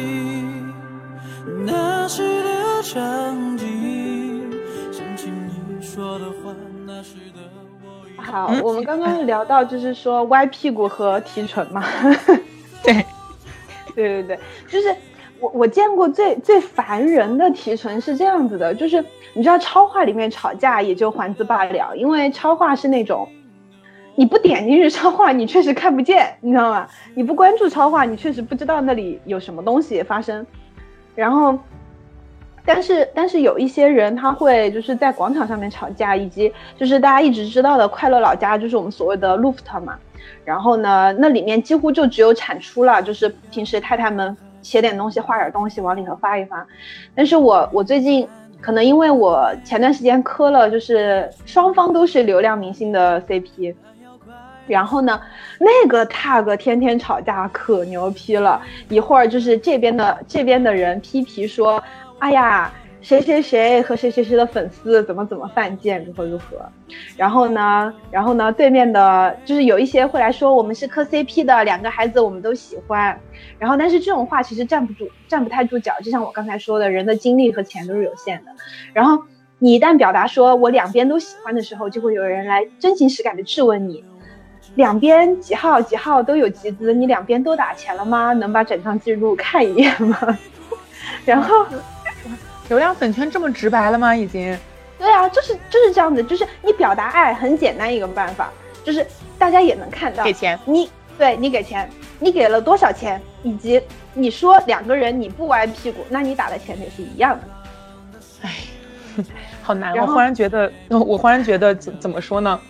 那时的场景，想起你说的话，那时的我。 好，我们刚刚聊到就是说歪屁股和提纯嘛。 对， 对对对，就是我我见过最最烦人的提纯是这样子的，就是你知道超话里面吵架也就还字罢了，因为超话是那种。你不点进去超话，你确实看不见，你知道吗？你不关注超话，你确实不知道那里有什么东西发生。然后，但是但是有一些人他会就是在广场上面吵架，以及就是大家一直知道的快乐老家，就是我们所谓的 loft 嘛。然后呢，那里面几乎就只有产出了，就是平时太太们写点东西、画点东西往里头发一发。但是我我最近。可能因为我前段时间磕了，就是双方都是流量明星的 C P， 然后呢，那个 tag 天天吵架可牛批了，一会儿就是这边的这边的人批评说，哎呀，谁谁谁和谁谁谁的粉丝怎么怎么犯贱，如何如何，然后呢，然后呢，对面的就是有一些会来说我们是磕 C P 的，两个孩子我们都喜欢。然后但是这种话其实站不住站不太住脚，就像我刚才说的，人的精力和钱都是有限的，然后你一旦表达说我两边都喜欢的时候，就会有人来真情实感的质问你，两边几号几号都有集资，你两边都打钱了吗？能把整张记录看一眼吗？然后流量粉圈这么直白了吗？已经？ 对啊，就是就是这样子，就是你表达爱很简单一个办法，就是大家也能看到， 给钱， 你对你给钱，你给了多少钱，以及你说两个人你不歪屁股，那你打的钱也是一样的。 哎，好难！我忽然觉得，我忽然觉得怎怎么说呢？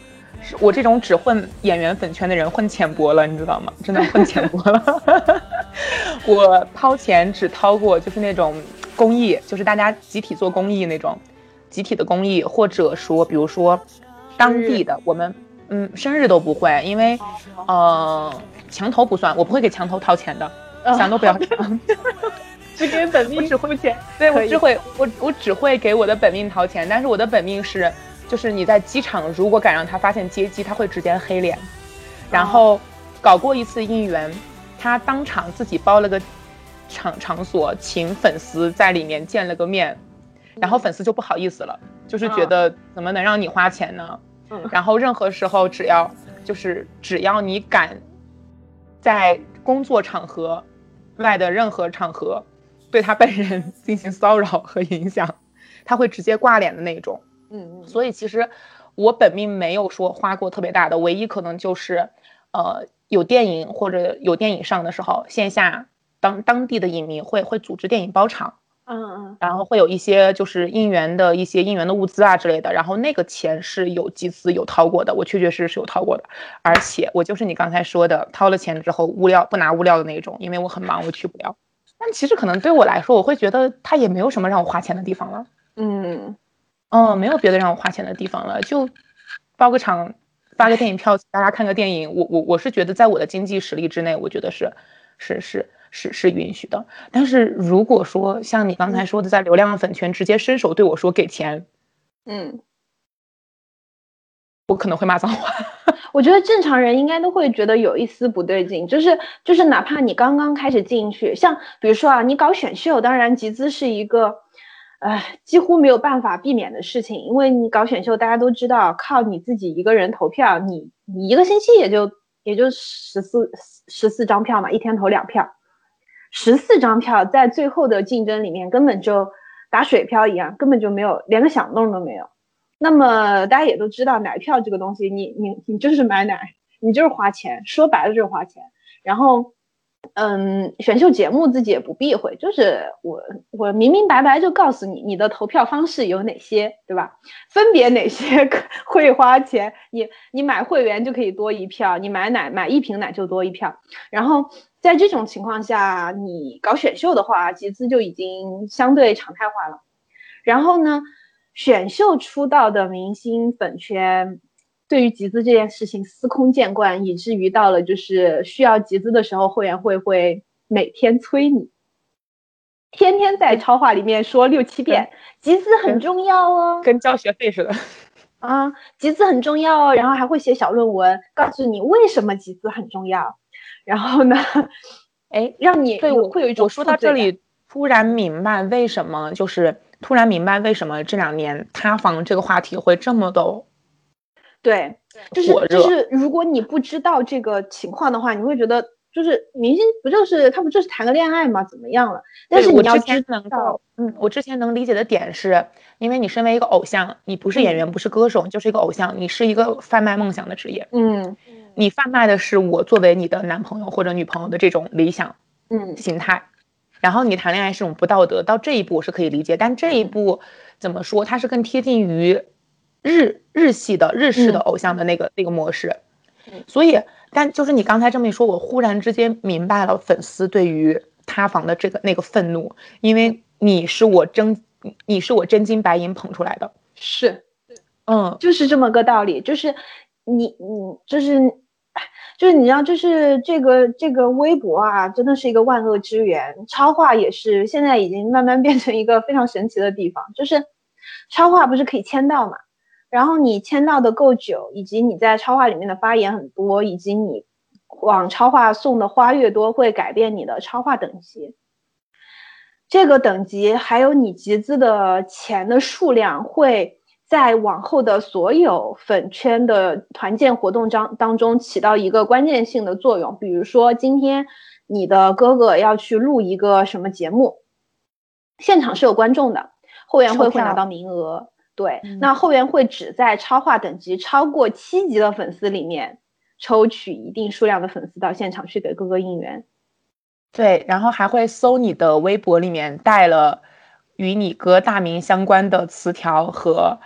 我这种只混演员粉圈的人混浅薄了，你知道吗？真的混浅薄了。我掏钱只掏过就是那种公益，就是大家集体做公益那种集体的公益，或者说比如说当地的我们嗯生日都不会，因为呃墙头不算，我不会给墙头掏钱的，想都不要想。 只给本命， 我只会钱，对，我只会我我只会给我的本命掏钱，但是我的本命是，就是你在机场如果敢让他发现接机，他会直接黑脸。然后搞过一次应援，他当场自己包了个场场所，请粉丝在里面见了个面，然后粉丝就不好意思了，就是觉得怎么能让你花钱呢？嗯、然后任何时候只要就是只要你敢在工作场合外的任何场合对他本人进行骚扰和影响，他会直接挂脸的那种。嗯，所以其实我本命没有说花过特别大的，唯一可能就是呃有电影或者有电影上的时候，线下当当地的影迷会会组织电影包场，嗯嗯，然后会有一些就是应援的一些应援的物资啊之类的，然后那个钱是有集资有掏过的，我确确实实是有掏过的，而且我就是你刚才说的掏了钱之后物料不拿物料的那种，因为我很忙我去不了。但其实可能对我来说，我会觉得他也没有什么让我花钱的地方了。嗯，哦，没有别的让我花钱的地方了，就包个场，发个电影票，大家看个电影。我我我是觉得在我的经济实力之内，我觉得是是是是是允许的。但是如果说像你刚才说的，在流量粉圈直接伸手对我说给钱，嗯，我可能会骂脏话。 我觉得正常人应该都会觉得有一丝不对劲，就是就是哪怕你刚刚开始进去，像比如说啊，你搞选秀，当然集资是一个，呃，几乎没有办法避免的事情，因为你搞选秀，大家都知道，靠你自己一个人投票，你你一个星期也就也就十四十四张票嘛，一天投两票，十四张票在最后的竞争里面根本就打水漂一样，根本就没有连个响动都没有。那么大家也都知道奶票这个东西，你你你就是买奶，你就是花钱，说白了就是花钱。然后嗯，选秀节目自己也不避讳，就是我我明明白白就告诉你你的投票方式有哪些，对吧？分别哪些会花钱，你你买会员就可以多一票，你买奶买一瓶奶就多一票。然后在这种情况下，你搞选秀的话，集资就已经相对常态化了。然后呢，选秀出道的明星粉圈对于集资这件事情司空见惯，以至于到了就是需要集资的时候，会员会会每天催你，天天在超话里面说六七遍，集资很重要哦， 跟交学费似的啊，集资很重要哦，然后还会写小论文告诉你为什么集资很重要，然后呢，哎，让你对我会有一种我说到这里，突然明白为什么就是突然明白为什么这两年塌房这个话题会这么的。 对，就是就是如果你不知道这个情况的话，你会觉得就是明星不就是他不就是谈个恋爱吗？怎么样了？但是你要知道， 嗯，我之前能理解的点是，因为你身为一个偶像，你不是演员，嗯、不是歌手，你就是一个偶像，你是一个贩卖梦想的职业，嗯，你贩卖的是我作为你的男朋友或者女朋友的这种理想，嗯，形态，然后你谈恋爱是种不道德，到这一步我是可以理解，但这一步怎么说，它是更贴近于。日日系的日式的偶像的那个、嗯、那个模式，所以但就是你刚才这么一说，我忽然之间明白了粉丝对于塌房的这个那个愤怒，因为你是我真你是我真金白银捧出来的， 是，嗯，就是这么个道理，就是你你就是就是你知道，就是这个这个微博啊，真的是一个万恶之源，超话也是现在已经慢慢变成一个非常神奇的地方，就是超话不是可以签到嘛？然后你签到的够久，以及你在超话里面的发言很多，以及你往超话送的花越多，会改变你的超话等级。这个等级还有你集资的钱的数量，会在往后的所有粉圈的团建活动当当中起到一个关键性的作用。比如说今天你的哥哥要去录一个什么节目，现场是有观众的，后援会会拿到名额。对，嗯、那后援会只在超话等级超过七级的粉丝里面抽取一定数量的粉丝到现场去给哥哥应援。 对，然后还会搜你的微博里面带了与你哥大名相关的词条和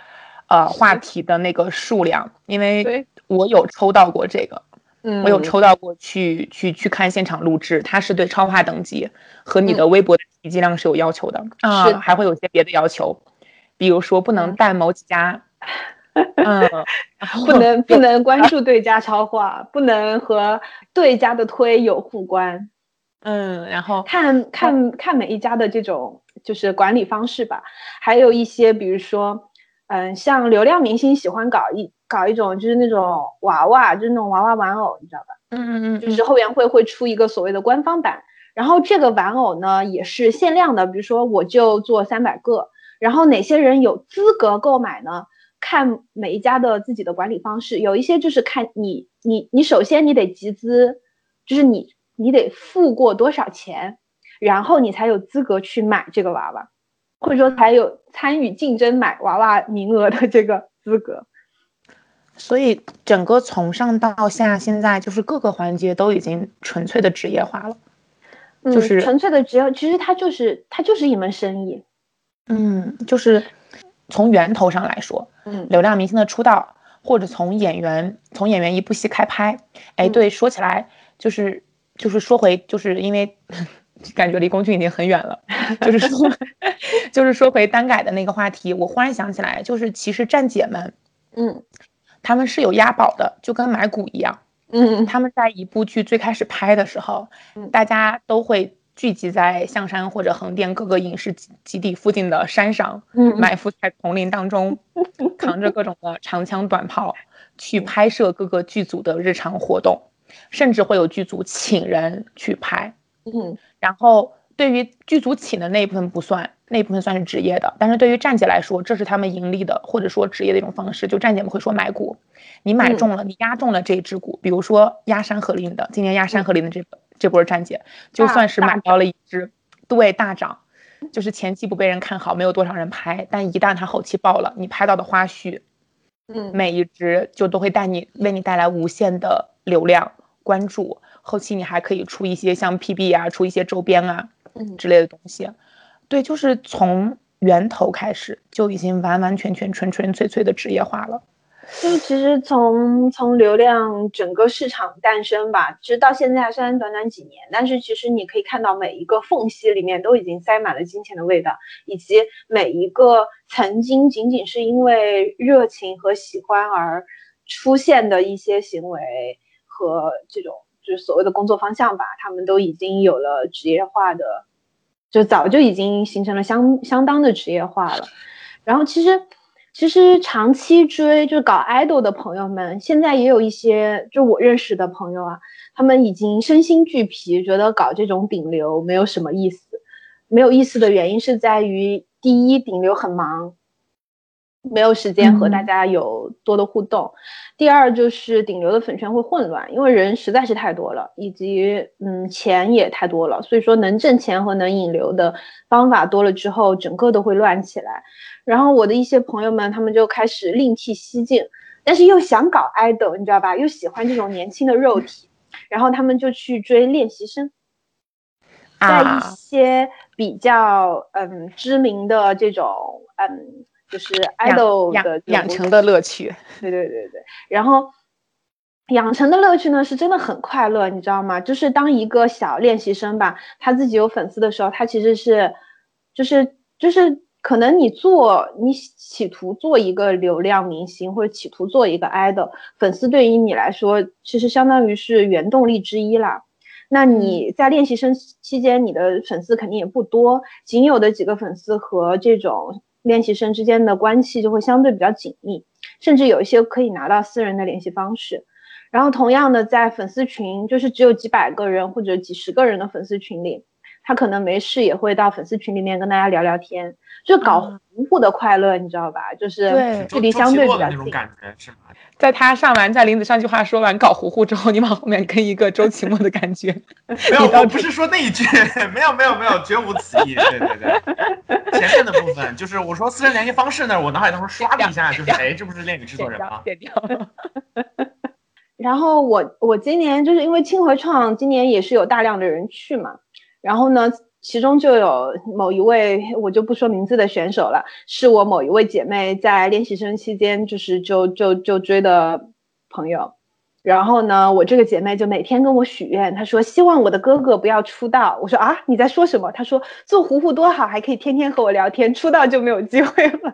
呃话题的那个数量，因为我有抽到过这个。 嗯， 我有抽到过去去去看现场录制，它是对超话等级和你的微博的体积量是有要求的、嗯、啊，还会有些别的要求，比如说不能弹某几家，嗯， 不能不能关注对家超话，不能和对家的推有互关， 嗯，然后看看看每一家的这种就是管理方式吧，还有一些比如说，嗯，像流量明星喜欢搞一。搞一种就是那种娃娃，就是那种娃娃玩偶，你知道吧？ 嗯嗯嗯， 就是后援会会出一个所谓的官方版，然后这个玩偶呢也是限量的，比如说我就做三百个，然后哪些人有资格购买呢？看每一家的自己的管理方式，有一些就是看你你你首先你得集资，就是你你得付过多少钱，然后你才有资格去买这个娃娃，或者说才有参与竞争买娃娃名额的这个资格。 所以整个从上到下，现在就是各个环节都已经纯粹的职业化了， 嗯、 就是纯粹的职业，其实它就是它就是一门生意。 嗯，就是从源头上来说， 嗯， 流量明星的出道，或者从演员从演员一部戏开拍，哎，对，说起来就是就是说回，就是因为感觉离龚俊已经很远了，就是说就是说回单改的那个话题，我忽然想起来，就是其实站姐们， 嗯。 他们是有押宝的，就跟买股一样。 嗯， 他们在一部剧最开始拍的时候， 嗯、 大家都会聚集在象山或者横店各个影视基地附近的山上， 嗯、 埋伏在丛林当中，扛着各种的长枪短炮去拍摄各个剧组的日常活动，甚至会有剧组请人去拍。 嗯， 然后对于剧组请的那一部分不算，那一部分算是职业的，但是对于站姐来说，这是他们盈利的或者说职业的一种方式。就站姐们会说买股，你买中了，你押中了这一只股，比如说押山河令的，今年押山河令的这个、嗯、这波站姐，就算是买到了一只，对，大涨，就是前期不被人看好，没有多少人拍，但一旦它后期爆了，你拍到的花絮， 嗯， 每一只就都会带你为你带来无限的流量关注，后期你还可以出一些像 P B 啊，出一些周边啊。之类的东西，对，就是从源头开始就已经完完全全纯纯粹粹的职业化了。 就是其实从从流量整个市场诞生吧，其实到现在虽然短短几年，但是其实你可以看到每一个缝隙里面都已经塞满了金钱的味道，以及每一个曾经仅仅是因为热情和喜欢而出现的一些行为和这种就是所谓的工作方向吧，他们都已经有了职业化的，就早就已经形成了相相当的职业化了。然后其实其实长期追就是搞 idol 的朋友们，现在也有一些就我认识的朋友啊，他们已经身心俱疲，觉得搞这种顶流没有什么意思。没有意思的原因是在于，第一，顶流很忙，没有时间和大家有多的互动、嗯、第二就是顶流的粉圈会混乱，因为人实在是太多了，以及嗯钱也太多了，所以说能挣钱和能引流的方法多了之后，整个都会乱起来。然后我的一些朋友们他们就开始另辟蹊径，但是又想搞 idol 你知道吧，又喜欢这种年轻的肉体，然后他们就去追练习生，在一些比较嗯知名的这种嗯就是 idol 的养成的乐趣， 对对对对，然后养成的乐趣呢是真的很快乐，你知道吗？就是当一个小练习生吧，他自己有粉丝的时候，他其实是就是就是可能你做你企图做一个流量明星或者企图做一个 idol， 粉丝对于你来说其实相当于是原动力之一啦。那你在练习生期间你的粉丝肯定也不多，仅有的几个粉丝和这种练习生之间的关系就会相对比较紧密，甚至有一些可以拿到私人的联系方式。然后同样的在粉丝群，就是只有几百个人或者几十个人的粉丝群里，他可能没事也会到粉丝群里面跟大家聊聊天，就搞糊糊的快乐、嗯、你知道吧，就是距离相对比较近， 那种感觉是吗？ 在他上完在林子上句话说完搞糊糊之后，你往后面跟一个周奇墨的感觉没有，我不是说那一句，没有没有没有，绝无此意。对对对，前面的部分就是我说私人联系方式呢，我脑海当中刷了一下，就是哎，这不是恋与制作人吗？ 剪掉。 然后我我今年就是因为清河创今年也是有大量的人去嘛，然后呢其中就有某一位我就不说名字的选手了，是我某一位姐妹在练习生期间就是就就就追的朋友。然后呢，我这个姐妹就每天跟我许愿，她说希望我的哥哥不要出道。我说啊，你在说什么？她说做糊糊多好，还可以天天和我聊天，出道就没有机会了。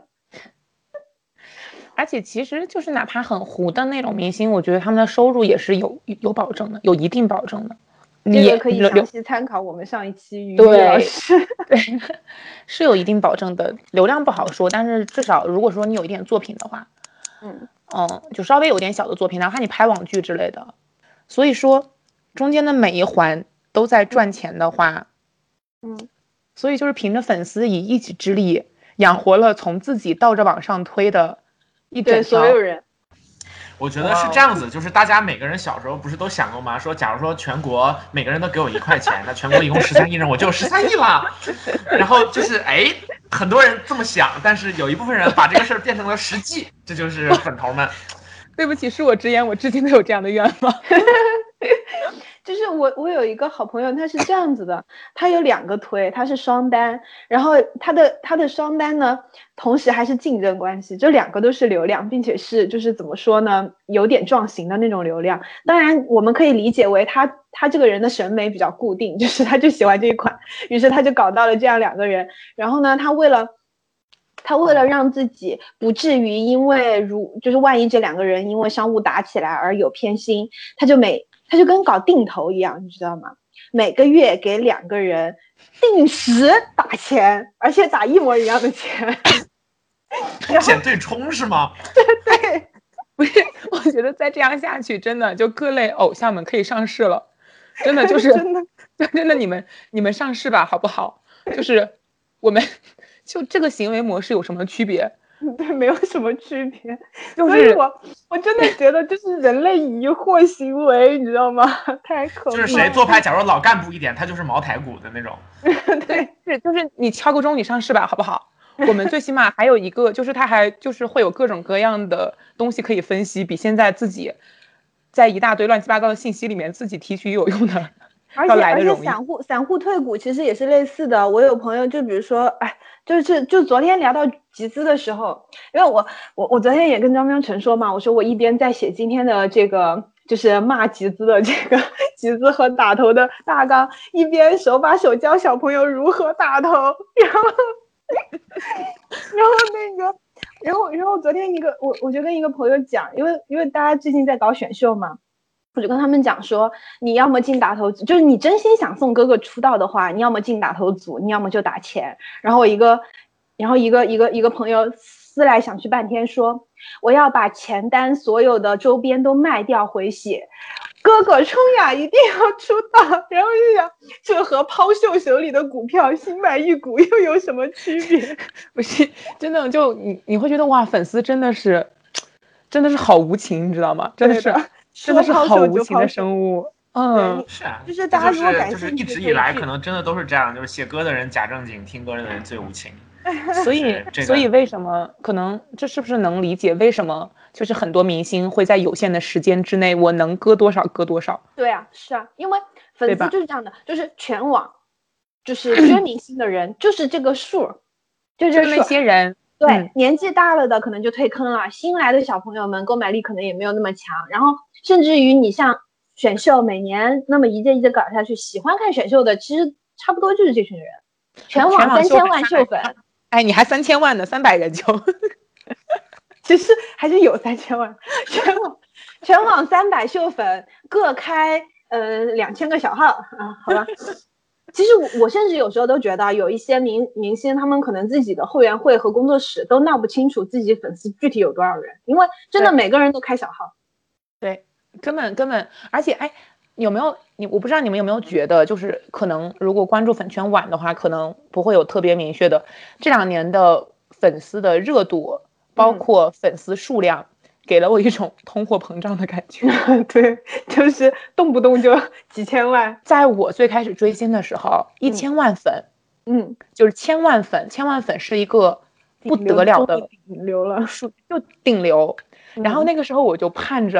而且其实就是哪怕很糊的那种明星，我觉得他们的收入也是有有保证的，有一定保证的。 这个可以详细参考我们上一期于老师。 对，是有一定保证的，流量不好说，但是至少如果说你有一点作品的话， 嗯嗯，就稍微有点小的作品，哪怕你拍网剧之类的，所以说中间的每一环都在赚钱的话， 嗯， 所以就是凭着粉丝以一己之力养活了从自己倒着往上推的一整条所有人。 我觉得是这样子，就是大家每个人小时候不是都想过吗？说假如说全国每个人都给我一块钱，那全国一共十三亿人，我就有十三亿了。然后就是哎，很多人这么想，但是有一部分人把这个事儿变成了实际，这就是粉头们。 对不起，恕我直言，我至今都有这样的愿望。 就是我我有一个好朋友，他是这样子的，他有两个推，他是双单，然后他的他的双单呢，同时还是竞争关系，这两个都是流量，并且是就是怎么说呢，有点撞型的那种流量。当然我们可以理解为他他这个人的审美比较固定，就是他就喜欢这一款，于是他就搞到了这样两个人。然后呢，他为了他为了让自己不至于因为如就是万一这两个人因为商务打起来而有偏心，他就每他就跟搞定投一样，你知道吗？每个月给两个人定时打钱，而且打一模一样的钱。 风险对冲是吗？ 对对， 不是，我觉得再这样下去，真的就各类偶像们可以上市了，真的就是真的， 真的你们你们上市吧，好不好？就是我们就这个行为模式有什么区别？ 对，没有什么区别。 就是所以我我真的觉得这是人类疑惑行为，你知道吗？太可怕了。 就是谁做派，假如老干部一点，他就是茅台股的那种。 对， 是就是你敲个钟，你上市吧，好不好？我们最起码还有一个，就是它还就是会有各种各样的东西可以分析，比现在自己在一大堆乱七八糟的信息里面自己提取有用的。 而且而且散户散户退股其实也是类似的。我有朋友就比如说，哎，就是就昨天聊到集资的时候，因为我我我昨天也跟张喵晨说嘛，我说我一边在写今天的这个就是骂集资的这个集资和打头的大纲，一边手把手教小朋友如何打头，然后然后那个然后然后昨天一个我我就跟一个朋友讲，因为因为大家最近在搞选秀嘛。我就跟他们讲说，你要么进打头组，就是你真心想送哥哥出道的话，你要么进打头组，你要么就打钱。然后一个，然后一个一个一个朋友思来想去半天说，我要把前单所有的周边都卖掉回血，哥哥冲呀，一定要出道。然后就想，这和抛售手里的股票新买一股又有什么区别？ 不是，真的就你你会觉得哇，粉丝真的是真的是好无情，你知道吗？真的是。真的是好无情的生物，嗯， 是啊， 就是大家如果感兴趣，就是一直以来可能真的都是这样，就是写歌的人假正经，听歌的人最无情。 所以， 这个、 所以为什么可能这是不是能理解为什么就是很多明星会在有限的时间之内，我能割多少割多少？ 对啊，是啊，因为粉丝就是这样的，就是全网就是追明星的人就是这个数，就是那些人。 对、 嗯， 年纪大了的可能就退坑了，新来的小朋友们购买力可能也没有那么强，然后甚至于你像选秀每年那么一届一届搞下去，喜欢看选秀的其实差不多就是这群人，全网三千万秀粉， 哎，你还三千万呢，三百人就， 其实还是有三千万，全网全网三百秀粉各开呃两千个小号啊，好吧。其实我甚至有时候都觉得有一些明明星他们可能自己的会员会和工作室都闹不清楚自己粉丝具体有多少人，因为真的每个人都开小号。 对，根本根本，而且哎，有没有你我不知道你们有没有觉得，就是可能如果关注粉圈晚的话，可能不会有特别明确的这两年的粉丝的热度，包括粉丝数量。嗯，给了我一种通货膨胀的感觉。 对，就是动不动就几千万。 在我最开始追星的时候，一千万粉， 嗯， 就是千万粉，千万粉是一个不得了的顶流了， 数就顶流。然后那个时候我就盼着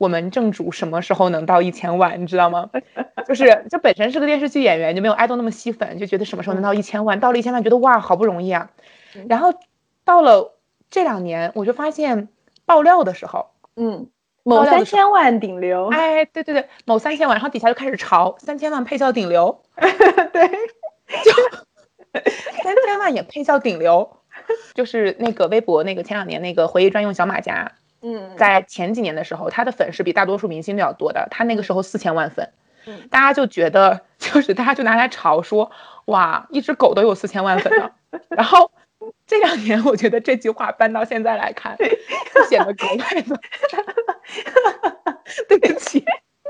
我们正主什么时候能到一千万，你知道吗？就是这本身是个电视剧演员，就没有爱豆那么吸粉，就觉得什么时候能到一千万，到了一千万觉得哇好不容易啊。然后到了这两年，我就发现爆料的时候， 嗯，某三千万顶流， 哎，对对对，某三千万，然后底下就开始嘲三千万配叫顶流， 对， 就三千万也配叫顶流，就是那个微博那个前两年那个回忆专用小马甲。 嗯， 在前几年的时候，他的粉是比大多数明星都要多的，他那个时候四千万粉， 嗯， 大家就觉得就是大家就拿来嘲说，哇，一只狗都有四千万粉了。然后这两年，我觉得这句话搬到现在来看，就显得格外的，对不起。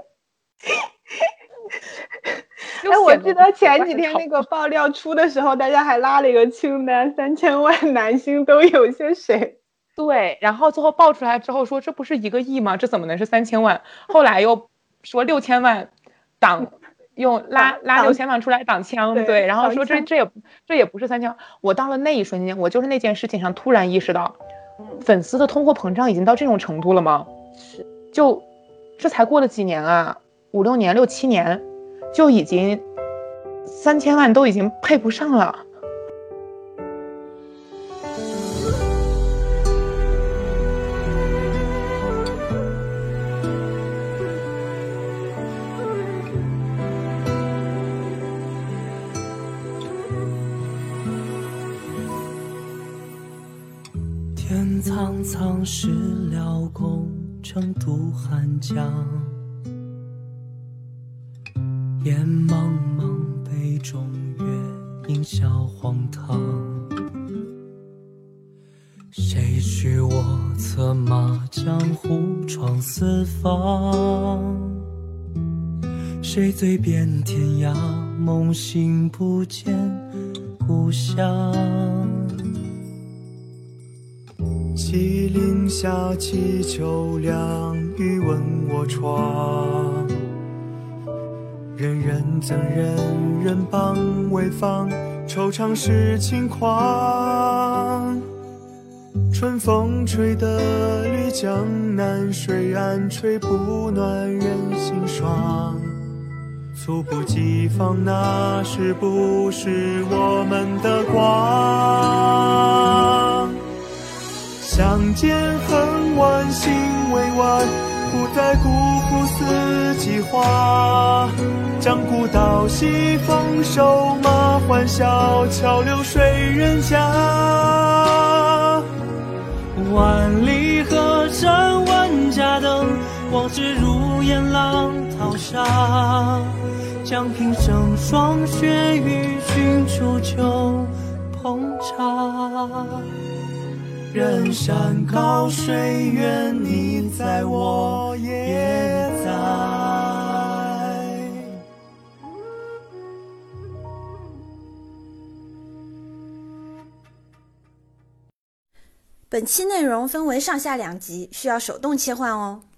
哎，我记得前几天那个爆料出的时候，大家还拉了一个清单，三千万男星都有些谁。 对，然后最后爆出来之后说这不是一个亿吗？这怎么能是三千万？后来又说六千万挡，用拉拉六千万出来挡枪，对, 对，然后说这这也这也不是三千万。我到了那一瞬间，我就是那件事情上突然意识到，粉丝的通货膨胀已经到这种程度了吗？ 是， 就这才过了几年啊，五六年、六七年，就已经三千万都已经配不上了。 天苍苍，事了空，成渡汉江。烟茫茫，杯中月，饮笑荒唐。谁许我策马，江湖闯四方？谁醉遍天涯，梦醒不见故乡。 西岭下，祈秋凉，欲问我窗。人人憎人，人帮为坊，惆怅是轻狂。春风吹得绿江南，水岸吹不暖人心爽。猝不及防，那是不是我们的光？相见恨晚，心未晚，不再辜负四季花。将古道西，风收马欢笑，桥流水人家。 万里河山万家灯，往事如烟浪淘沙。将平生霜雪与君煮酒烹茶。 人山高水远，你在我也在。 本期内容分为上下两集，需要手动切换哦。